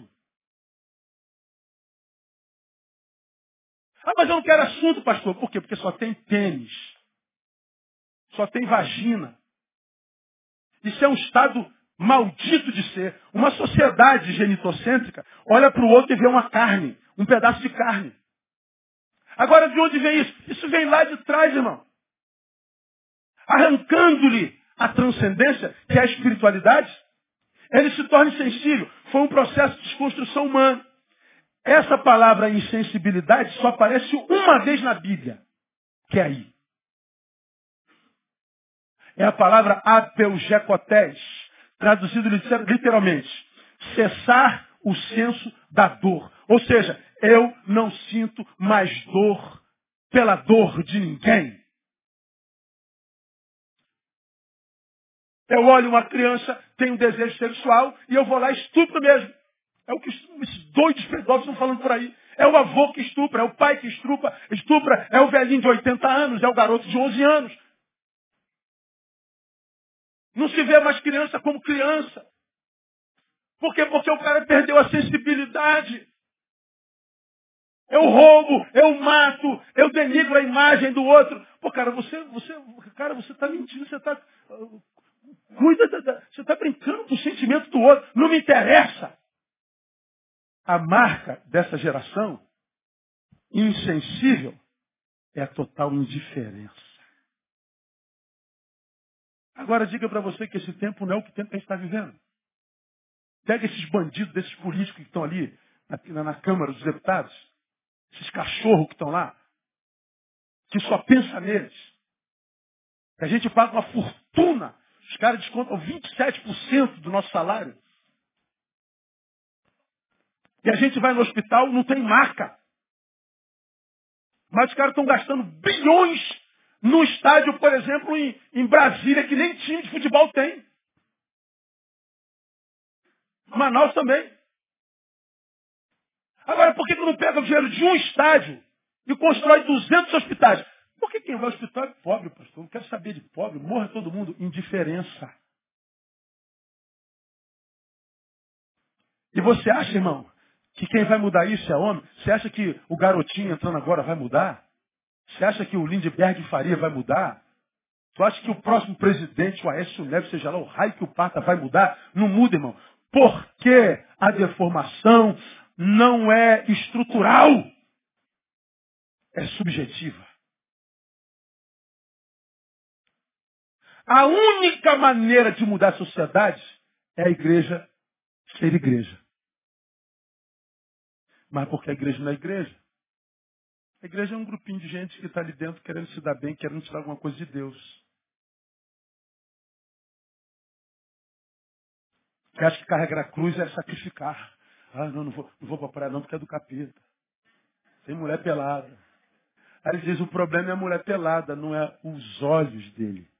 Ah, mas eu não quero assunto, pastor. Por quê? Porque só tem pênis. Só tem vagina. Isso é um estado maldito de ser. Uma sociedade genitocêntrica olha para o outro e vê uma carne. Um pedaço de carne. Agora, de onde vem isso? Isso vem lá de trás, irmão. Arrancando-lhe a transcendência, que é a espiritualidade, ele se torna insensível. Foi um processo de desconstrução humana. Essa palavra insensibilidade só aparece uma vez na Bíblia, que é aí. É a palavra apeugecotés, traduzido literalmente, cessar o senso da dor. Ou seja, eu não sinto mais dor pela dor de ninguém. Eu olho uma criança, tenho um desejo sexual e eu vou lá e estupro mesmo. É o que esses doidos pedófilos estão falando por aí. É o avô que estupra, é o pai que estupra, é o velhinho de 80 anos, é o garoto de 11 anos. Não se vê mais criança como criança. Por quê? Porque o cara perdeu a sensibilidade. Eu roubo, eu mato, eu denigro a imagem do outro. Pô, cara, você está mentindo, você está... Cuida, você está brincando com o sentimento do outro. Não me interessa. A marca dessa geração, insensível, é a total indiferença. Agora diga para você que esse tempo não é o que tempo que a gente está vivendo. Pega esses bandidos, desses políticos que estão ali na Câmara dos Deputados, esses cachorros que estão lá, que só pensa neles. Que a gente paga uma fortuna. Os caras descontam 27% do nosso salário. E a gente vai no hospital, não tem marca. Mas os caras estão gastando bilhões no estádio, por exemplo, em Brasília, que nem time de futebol tem. Manaus também. Agora, por que não pega o dinheiro de um estádio e constrói 200 hospitais? Porque quem vai ao hospital é pobre, pastor. Não quero saber de pobre. Morre todo mundo. Indiferença. E você acha, irmão, que quem vai mudar isso é homem? Você acha que o garotinho entrando agora vai mudar? Você acha que o Lindbergh Faria vai mudar? Tu acha que o próximo presidente, o Aécio Neves, seja lá o raio que o parta, vai mudar? Não muda, irmão. Porque a deformação não é estrutural, é subjetiva. A única maneira de mudar a sociedade é a igreja ser igreja. Mas porque a igreja não é igreja? A igreja é um grupinho de gente que está ali dentro querendo se dar bem, querendo tirar alguma coisa de Deus. Que acha que carregar a cruz é sacrificar. Ah, não vou para a praia não porque é do capeta. Tem mulher pelada. Aí ele diz, o problema é a mulher pelada, não é os olhos dele.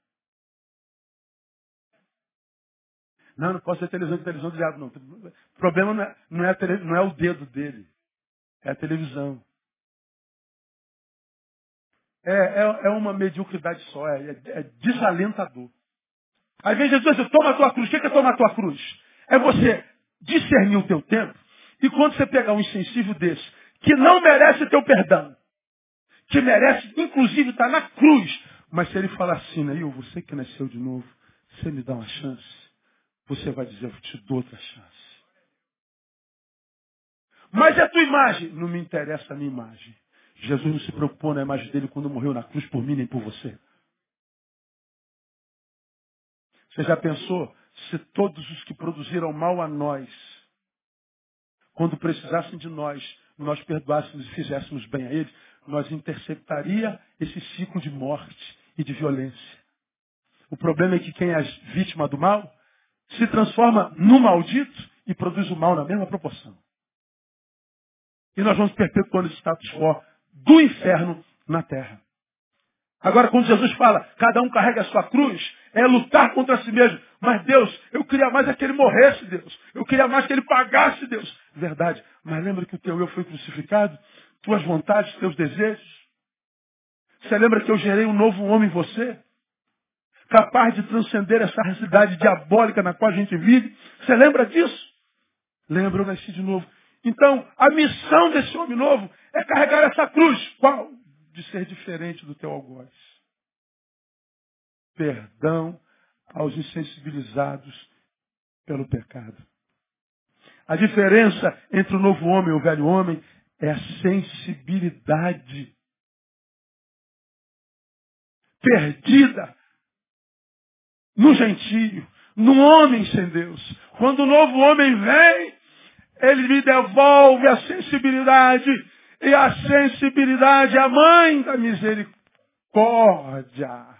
Não posso ter televisão do diabo, não. O problema não é o dedo dele, é a televisão. É uma mediocridade só, é desalentador. Às vezes Jesus diz, toma a tua cruz. O que é tomar a tua cruz? É você discernir o teu tempo e quando você pegar um insensível desse, que não merece teu perdão, que merece, inclusive, estar na cruz, mas se ele falar assim, Neil, você que nasceu de novo, você me dá uma chance, você vai dizer, eu te dou outra chance. Mas é a tua imagem. Não me interessa a minha imagem. Jesus não se preocupou na imagem dele quando morreu na cruz por mim nem por você. Você já pensou se todos os que produziram mal a nós, quando precisassem de nós, nós perdoássemos e fizéssemos bem a eles, nós interceptaria esse ciclo de morte e de violência. O problema é que quem é vítima do mal se transforma no maldito e produz o mal na mesma proporção. E nós vamos perpetuando esse status quo do inferno na terra. Agora, quando Jesus fala, cada um carrega a sua cruz, é lutar contra si mesmo. Mas Deus, eu queria mais é que ele morresse, Deus. Eu queria mais que ele pagasse, Deus. Verdade. Mas lembra que o teu eu foi crucificado? Tuas vontades, teus desejos? Você lembra que eu gerei um novo homem em você? Capaz de transcender essa realidade diabólica na qual a gente vive? Você lembra disso? Lembra, eu nasci de novo. Então, a missão desse homem novo é carregar essa cruz. Qual? De ser diferente do teu algoz. Perdão aos insensibilizados pelo pecado. A diferença entre o novo homem e o velho homem é a sensibilidade perdida no gentio, no homem sem Deus. Quando o novo homem vem, ele me devolve a sensibilidade. E a sensibilidade é a mãe da misericórdia.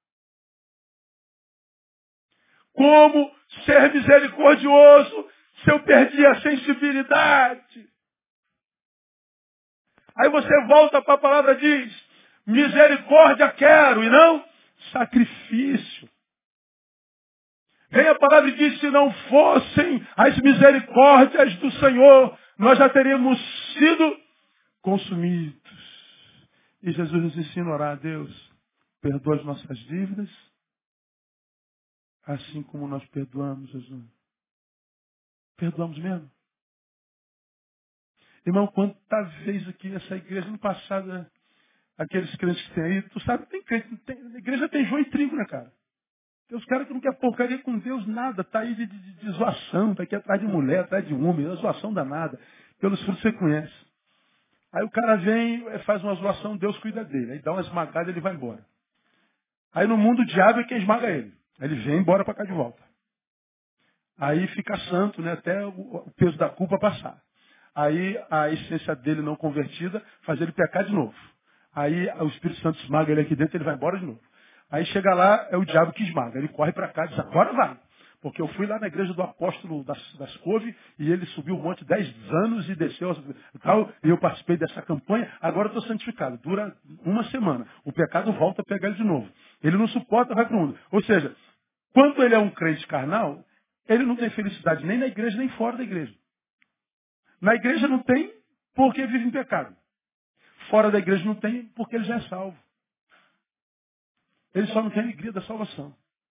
Como ser misericordioso se eu perdi a sensibilidade? Aí você volta para a palavra e diz, misericórdia quero e não sacrifício. Vem a palavra e diz, se não fossem as misericórdias do Senhor, nós já teríamos sido consumidos. E Jesus nos ensina a orar a Deus, perdoa as nossas dívidas, assim como nós perdoamos, Jesus. Perdoamos mesmo? Irmão, quanta vez aqui nessa igreja, no passado, né? Aqueles crentes que tem aí, tu sabe que tem crente, a igreja tem joio e trigo, né, cara? Tem os caras que não querem porcaria com Deus, nada, tá aí de zoação, tá aqui atrás de mulher, atrás de homem, é uma zoação danada. Pelos frutos você conhece. Aí o cara vem, faz uma zoação, Deus cuida dele. Aí dá uma esmagada e ele vai embora. Aí no mundo o diabo é quem esmaga ele. Aí ele vem embora para cá de volta. Aí fica santo, né, até o peso da culpa passar. Aí a essência dele não convertida faz ele pecar de novo. Aí o Espírito Santo esmaga ele aqui dentro e ele vai embora de novo. Aí chega lá, é o diabo que esmaga. Ele corre para cá e diz, agora vai. Porque eu fui lá na igreja do apóstolo das Couve e ele subiu o monte 10 anos e desceu e tal, e eu participei dessa campanha, agora eu estou santificado. Dura uma semana. O pecado volta a pegar ele de novo. Ele não suporta, vai para o mundo. Ou seja, quando ele é um crente carnal, ele não tem felicidade nem na igreja, nem fora da igreja. Na igreja não tem porque vive em pecado. Fora da igreja não tem porque ele já é salvo. Ele só não tem a alegria da salvação.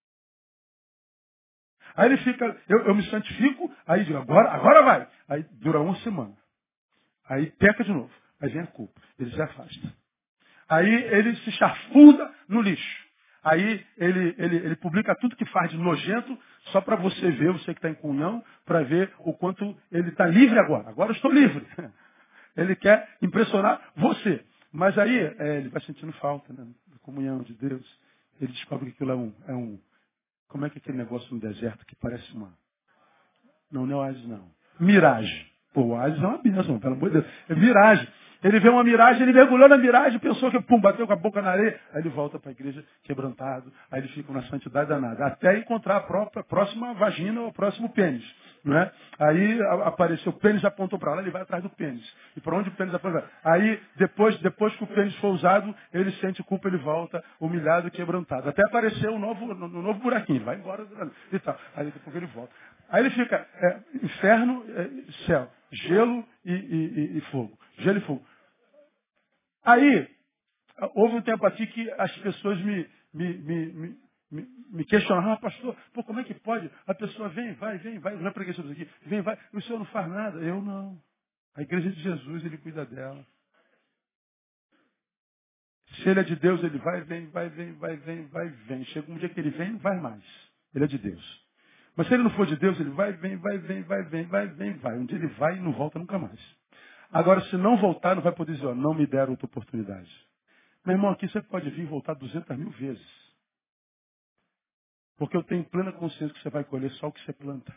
Aí ele fica, eu me santifico, aí digo, agora vai. Aí dura uma semana. Aí peca de novo. Aí vem a culpa. Ele se afasta. Aí ele se chafuda no lixo. Aí ele publica tudo que faz de nojento, só para você ver, você que está em comunhão, para ver o quanto ele está livre agora. Agora eu estou livre. Ele quer impressionar você. Mas aí ele vai sentindo falta, né, da comunhão de Deus. Ele descobre que aquilo é um. Como é que é aquele negócio no deserto que parece uma. Não é oásis, não. Miragem. Pô, oásis é uma bênção, pelo amor de Deus. É miragem. Ele vê uma miragem, ele mergulhou na miragem, pensou que, pum, bateu com a boca na areia. Aí ele volta para a igreja quebrantado. Aí ele fica na santidade danada. Até encontrar a próxima vagina ou o próximo pênis. Não é? Aí apareceu, o pênis apontou para lá, ele vai atrás do pênis. E para onde o pênis apontou? Aí, depois que o pênis for usado, ele sente culpa, ele volta humilhado e quebrantado. Até aparecer um novo buraquinho. Ele vai embora e tal. Aí daqui a pouco ele volta. Aí ele fica inferno, céu, gelo e fogo. Gelo e fogo. Aí, houve um tempo aqui que as pessoas me questionavam, pastor, pô, como é que pode? A pessoa vem, vai, eu já preguei sobre isso aqui, vem, vai, e o senhor não faz nada. Eu não. A igreja de Jesus, ele cuida dela. Se ele é de Deus, ele vai, vem. Chega um dia que ele vem, não vai mais. Ele é de Deus. Mas se ele não for de Deus, ele vai. Um dia ele vai e não volta nunca mais. Agora, se não voltar, não vai poder dizer, ó, não me deram outra oportunidade. Meu irmão, aqui você pode vir e voltar 200.000 vezes. Porque eu tenho plena consciência que você vai colher só o que você planta.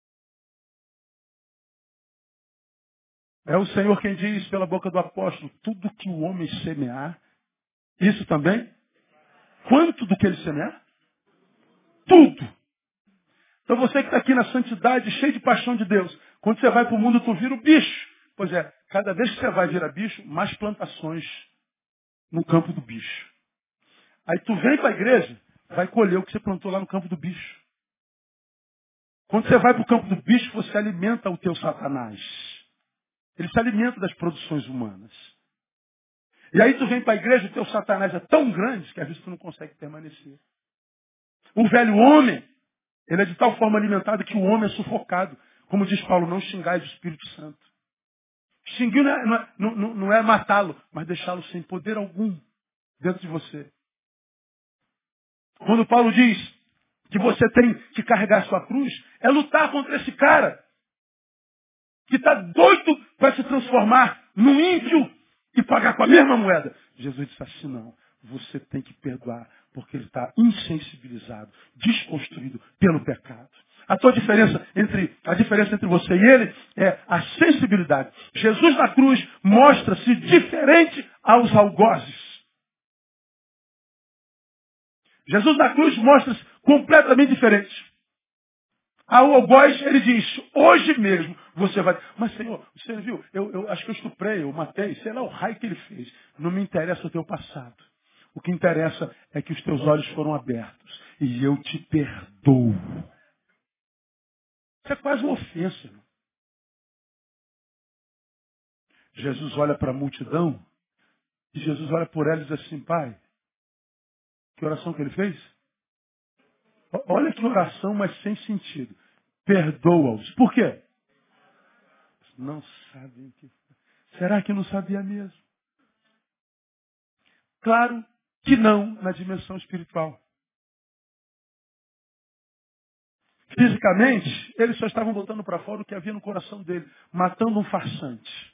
É o Senhor quem diz pela boca do apóstolo, tudo que o homem semear, isso também? Quanto do que ele semear? Tudo. Então você que está aqui na santidade, cheio de paixão de Deus, quando você vai para o mundo, tu vira o bicho. Pois é, cada vez que você vai virar bicho, mais plantações no campo do bicho. Aí tu vem para a igreja, vai colher o que você plantou lá no campo do bicho. Quando você vai para o campo do bicho, você alimenta o teu Satanás. Ele se alimenta das produções humanas. E aí tu vem para a igreja, o teu Satanás é tão grande que às vezes tu não consegue permanecer. O velho homem, ele é de tal forma alimentado que o homem é sufocado. Como diz Paulo, não xingais o Espírito Santo. Extinguir não é matá-lo, mas deixá-lo sem poder algum dentro de você. Quando Paulo diz que você tem que carregar sua cruz, é lutar contra esse cara que está doido para se transformar num ímpio e pagar com a mesma moeda. Jesus disse assim, não, você tem que perdoar, porque ele está insensibilizado, desconstruído pelo pecado. A diferença entre você e ele é a sensibilidade. Jesus na cruz mostra-se diferente aos algozes. Jesus na cruz mostra-se completamente diferente. Ao algoz ele diz, hoje mesmo você vai... Mas Senhor, você viu, eu acho que eu estuprei, eu matei, sei lá o raio que ele fez. Não me interessa o teu passado. O que interessa é que os teus olhos foram abertos. E eu te perdoo. Isso é quase uma ofensa. Irmão. Jesus olha para a multidão e Jesus olha por ela e diz assim, Pai, que oração que ele fez? Olha que oração, mas sem sentido. Perdoa-os. Por quê? Não sabem o que. Será que não sabia mesmo? Claro que não na dimensão espiritual. Fisicamente, eles só estavam botando para fora o que havia no coração dele, matando um farsante.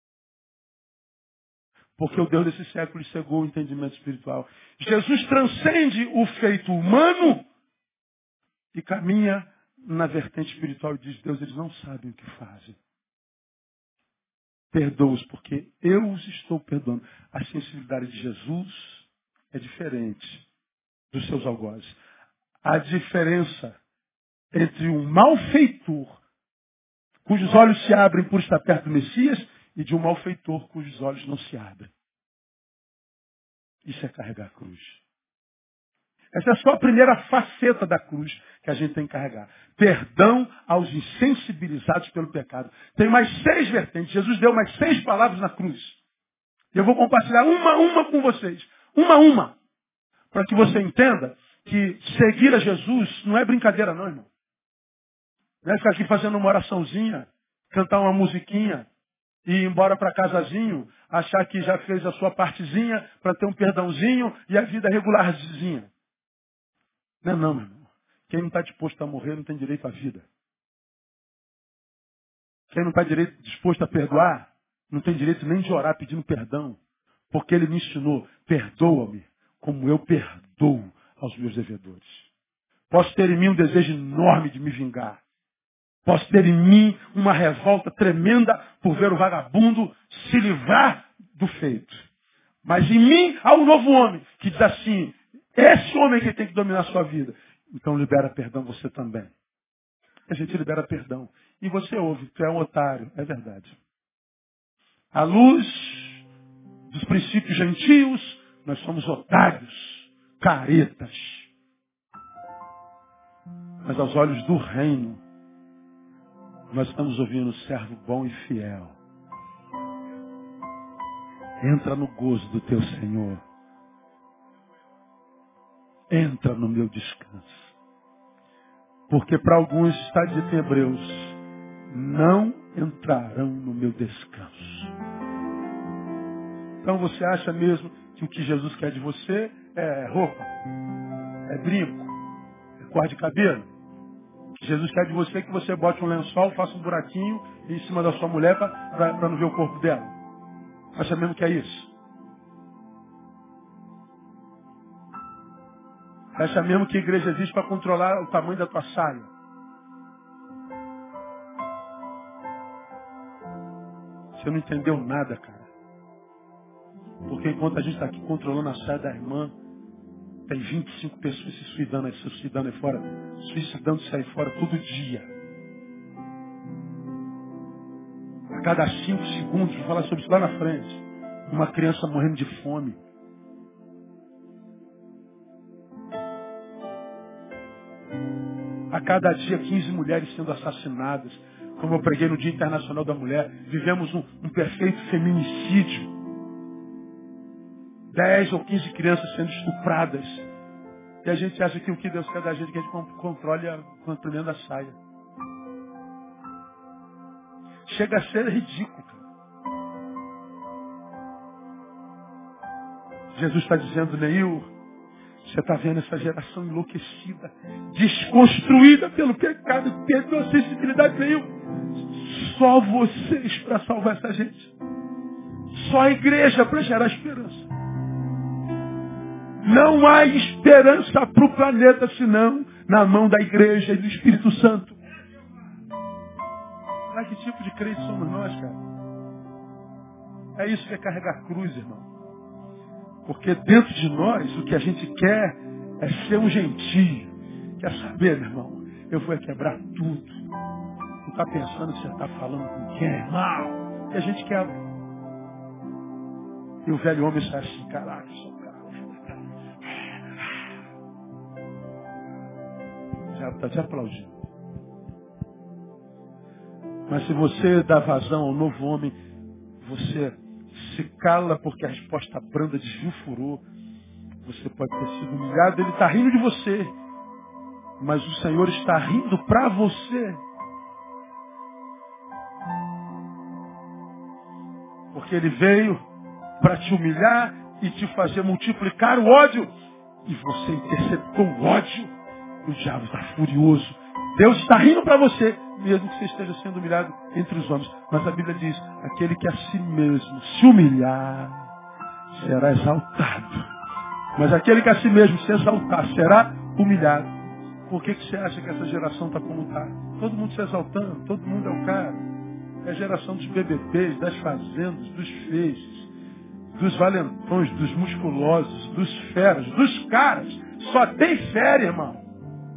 Porque o Deus desse século cegou o entendimento espiritual. Jesus transcende o feito humano e caminha na vertente espiritual e diz, Deus, eles não sabem o que fazem. Perdoa-os, porque eu os estou perdoando. A sensibilidade de Jesus é diferente dos seus algozes. A diferença entre um malfeitor, cujos olhos se abrem por estar perto do Messias, e de um malfeitor cujos olhos não se abrem. Isso é carregar a cruz. Essa é só a primeira faceta da cruz que a gente tem que carregar. Perdão aos insensibilizados pelo pecado. Tem mais 6 vertentes. Jesus deu mais 6 palavras na cruz. Eu vou compartilhar uma a uma com vocês. Uma a uma. Para que você entenda que seguir a Jesus não é brincadeira não, irmão. Não é ficar aqui fazendo uma oraçãozinha, cantar uma musiquinha e ir embora para casazinho, achar que já fez a sua partezinha para ter um perdãozinho e a vida regularzinha. Não, não, meu irmão. Quem não está disposto a morrer não tem direito à vida. Quem não está disposto a perdoar, não tem direito nem de orar pedindo perdão. Porque ele me ensinou, perdoa-me como eu perdoo aos meus devedores. Posso ter em mim um desejo enorme de me vingar. Posso ter em mim uma revolta tremenda por ver o vagabundo se livrar do feito. Mas em mim há um novo homem que diz assim, esse homem que tem que dominar a sua vida. Então libera perdão você também. A gente libera perdão. E você ouve, tu é um otário. É verdade. À luz dos princípios gentios, nós somos otários, caretas. Mas aos olhos do reino, nós estamos ouvindo um servo bom e fiel. Entra no gozo do teu Senhor. Entra no meu descanso. Porque para alguns, está dito em Hebreus, não entrarão no meu descanso. Então você acha mesmo que o que Jesus quer de você é roupa, é brinco, é cor de cabelo? Que Jesus quer de você que você bote um lençol, faça um buraquinho em cima da sua mulher para não ver o corpo dela? Acha mesmo que é isso? Acha mesmo que a igreja existe para controlar o tamanho da tua saia? Você não entendeu nada, cara. Porque enquanto a gente está aqui controlando a saia da irmã, tem 25 pessoas se suicidando aí fora, suicidando-se aí fora todo dia. A cada 5 segundos, vou falar sobre isso lá na frente, uma criança morrendo de fome. A cada dia 15 mulheres sendo assassinadas. Como eu preguei no Dia Internacional da Mulher, vivemos um perfeito feminicídio. 10 ou 15 crianças sendo estupradas. E a gente acha que o que Deus quer da gente é que a gente controle a comprimento da saia. Chega a ser ridículo. Cara. Jesus está dizendo, Neil, você está vendo essa geração enlouquecida, desconstruída pelo pecado, perdeu a sensibilidade, Neil. Só vocês para salvar essa gente. Só a igreja para gerar esperança. Não há esperança para o planeta senão na mão da igreja e do Espírito Santo. Mas que tipo de crente somos nós, cara? É isso que é carregar cruz, irmão. Porque dentro de nós o que a gente quer é ser um gentio. Quer saber, meu irmão? Eu vou quebrar tudo. Não está pensando que você está falando com quem, irmão? E a gente quebra. E o velho homem sai assim, caraca, sou cara. Já está te aplaudindo. Mas se você dá vazão ao novo homem, você se cala porque a resposta branda desvia o furor. Você pode ter sido humilhado, ele está rindo de você. Mas o Senhor está rindo para você. Porque ele veio para te humilhar e te fazer multiplicar o ódio. E você interceptou o ódio. O diabo está furioso. Deus está rindo para você, mesmo que você esteja sendo humilhado entre os homens. Mas a Bíblia diz, aquele que a si mesmo se humilhar, será exaltado. Mas aquele que a si mesmo se exaltar, será humilhado. Por que você acha que essa geração está como está? Todo mundo se exaltando, todo mundo é o cara. É a geração dos BBBs, das fazendas, dos feixes, dos valentões, dos musculosos, dos feras, dos caras. Só tem fera, irmão.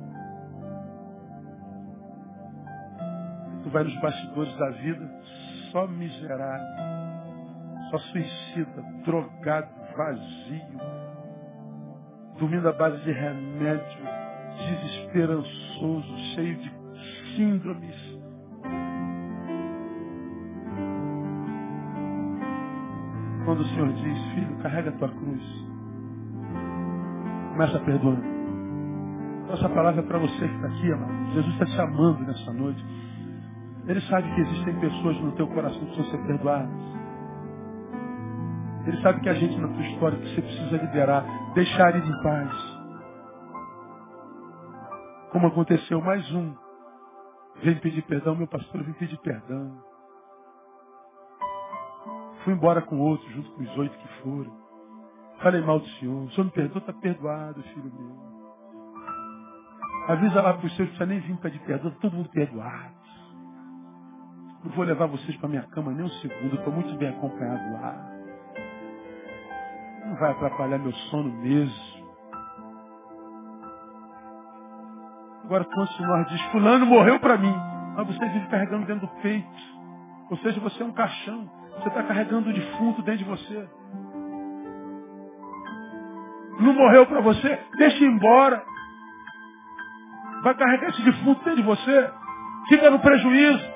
Tu vai nos bastidores da vida, só miserável, só suicida, drogado, vazio, dormindo à base de remédio, desesperançoso, cheio de síndromes. Quando o Senhor diz, filho, carrega a tua cruz, começa perdoando. Essa palavra é para você que está aqui, amado. Jesus está te amando nessa noite. Ele sabe que existem pessoas no teu coração que precisam ser perdoadas. Ele sabe que a gente na tua história que você precisa liberar, deixar ir em paz. Como aconteceu, mais um. Vem pedir perdão, meu pastor, vem pedir perdão. Fui embora com outro, junto com os 8 que foram. Falei mal do Senhor. O Senhor me perdoou, está perdoado, filho meu. Avisa lá para os seus, não precisa nem vir pedir perdão, todo mundo perdoado. Não vou levar vocês para minha cama nem um segundo, estou muito bem acompanhado lá. Não vai atrapalhar meu sono mesmo. Agora, quando o Senhor diz, fulano morreu para mim, mas você vive carregando dentro do peito. Ou seja, você é um caixão. Você está carregando o defunto dentro de você. Não morreu para você? Deixa ir embora. Vai carregar esse defunto dentro de você. Fica no prejuízo.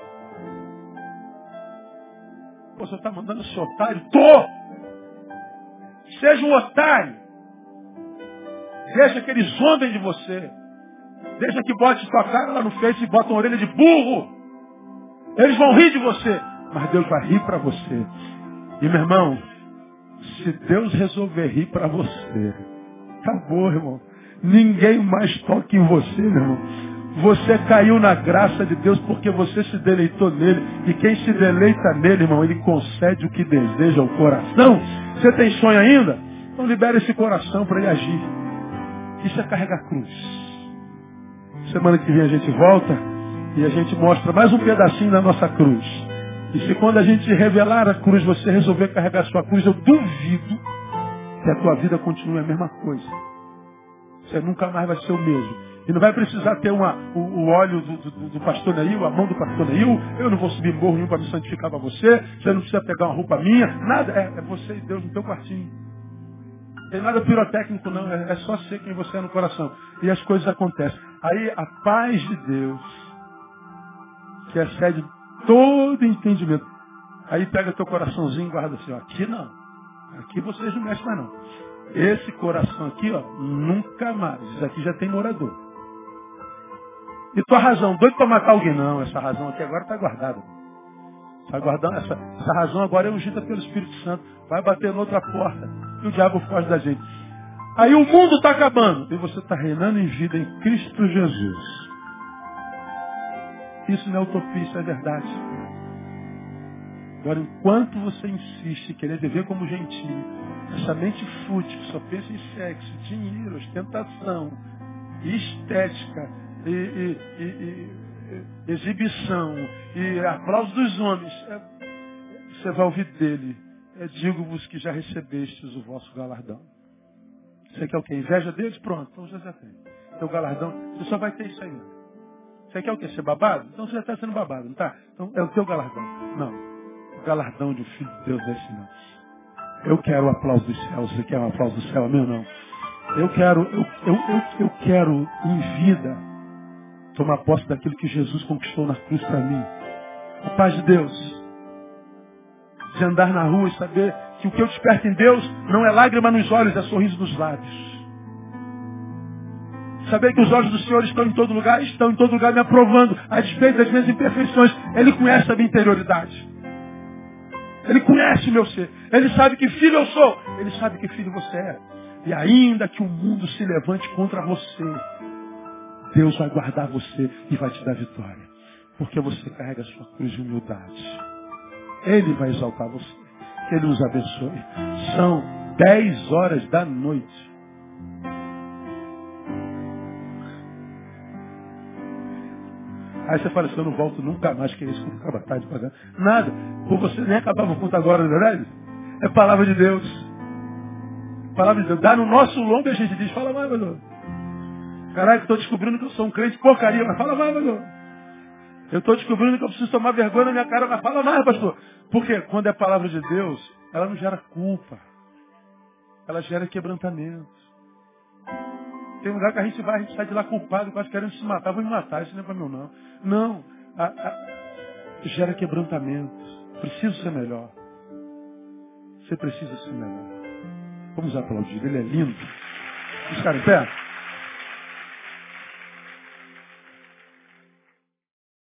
Você está mandando esse otário? Tô! Seja um otário. Deixa que eles zombem de você. Deixa que bote sua cara lá no Face e bota uma orelha de burro. Eles vão rir de você. Mas Deus vai rir para você. E meu irmão, se Deus resolver rir para você, acabou, irmão. Ninguém mais toca em você, meu irmão. Você caiu na graça de Deus porque você se deleitou nele. E quem se deleita nele, irmão, ele concede o que deseja ao coração. Você tem sonho ainda? Então libera esse coração para ele agir. Isso é carregar a cruz. Semana que vem a gente volta e a gente mostra mais um pedacinho da nossa cruz. E se quando a gente revelar a cruz, você resolver carregar a sua cruz, eu duvido que a tua vida continue a mesma coisa. Você nunca mais vai ser o mesmo. E não vai precisar ter o óleo do pastor Neil, a mão do pastor Neil. Eu não vou subir morro nenhum para me santificar para você. Você não precisa pegar uma roupa minha. Nada. É você e Deus no teu quartinho. Não tem nada pirotécnico não. É só ser quem você é no coração. E as coisas acontecem. Aí a paz de Deus, que excede todo entendimento. Aí pega teu coraçãozinho e guarda assim, ó, aqui não. Aqui vocês não mexem mais não. Esse coração aqui, ó, nunca mais. Isso aqui já tem morador. E tua razão, doido para matar alguém? Não, essa razão aqui agora está guardada. Está guardando, essa razão agora é ungida pelo Espírito Santo. Vai bater noutra porta e o diabo foge da gente. Aí o mundo está acabando e você está reinando em vida em Cristo Jesus. Isso não é utopia, isso é verdade. Agora, enquanto você insiste em querer viver como gentio, essa mente fútil que só pensa em sexo, dinheiro, ostentação, estética, exibição e aplauso dos homens, você vai ouvir dele. Digo-vos que já recebestes o vosso galardão. Você quer o quê? Inveja deles? Pronto, então você já tem. Teu galardão, você só vai ter isso aí. Você quer o quê? Ser babado? Então você já está sendo babado, não está? Então é o teu galardão. Não. O galardão de um filho de Deus é esse não. Eu quero o aplauso do céu. Você quer o aplauso do céu? Meu não. Eu quero em vida tomar posse daquilo que Jesus conquistou na cruz para mim. A paz de Deus. De andar na rua e saber que o que eu desperto em Deus não é lágrima nos olhos, é sorriso nos lábios. Saber que os olhos do Senhor estão em todo lugar me aprovando, a despeito das minhas imperfeições. Ele conhece a minha interioridade. Ele conhece o meu ser. Ele sabe que filho eu sou. Ele sabe que filho você é. E ainda que o mundo se levante contra você, Deus vai guardar você e vai te dar vitória. Porque você carrega a sua cruz de humildade. Ele vai exaltar você. Ele nos abençoe. São 10 horas da noite. Aí você fala assim, eu não volto nunca mais, que é isso, que acaba tarde pagando. Nada. Por você nem acabava o culto agora, não é verdade? É palavra de Deus. Palavra de Deus. Dá no nosso lombo e a gente diz, fala mais, pastor. Caralho, estou descobrindo que eu sou um crente porcaria, mas fala mais, pastor. Eu estou descobrindo que eu preciso tomar vergonha na minha cara, mas fala mais, pastor. Porque quando é palavra de Deus, ela não gera culpa. Ela gera quebrantamento. Tem um lugar que a gente vai, a gente sai de lá culpado, quase querendo se matar, vou me matar, isso não é para mim não. Não, gera quebrantamento. Preciso ser melhor. Você precisa ser melhor. Vamos aplaudir, ele é lindo. Vamos ficar em pé?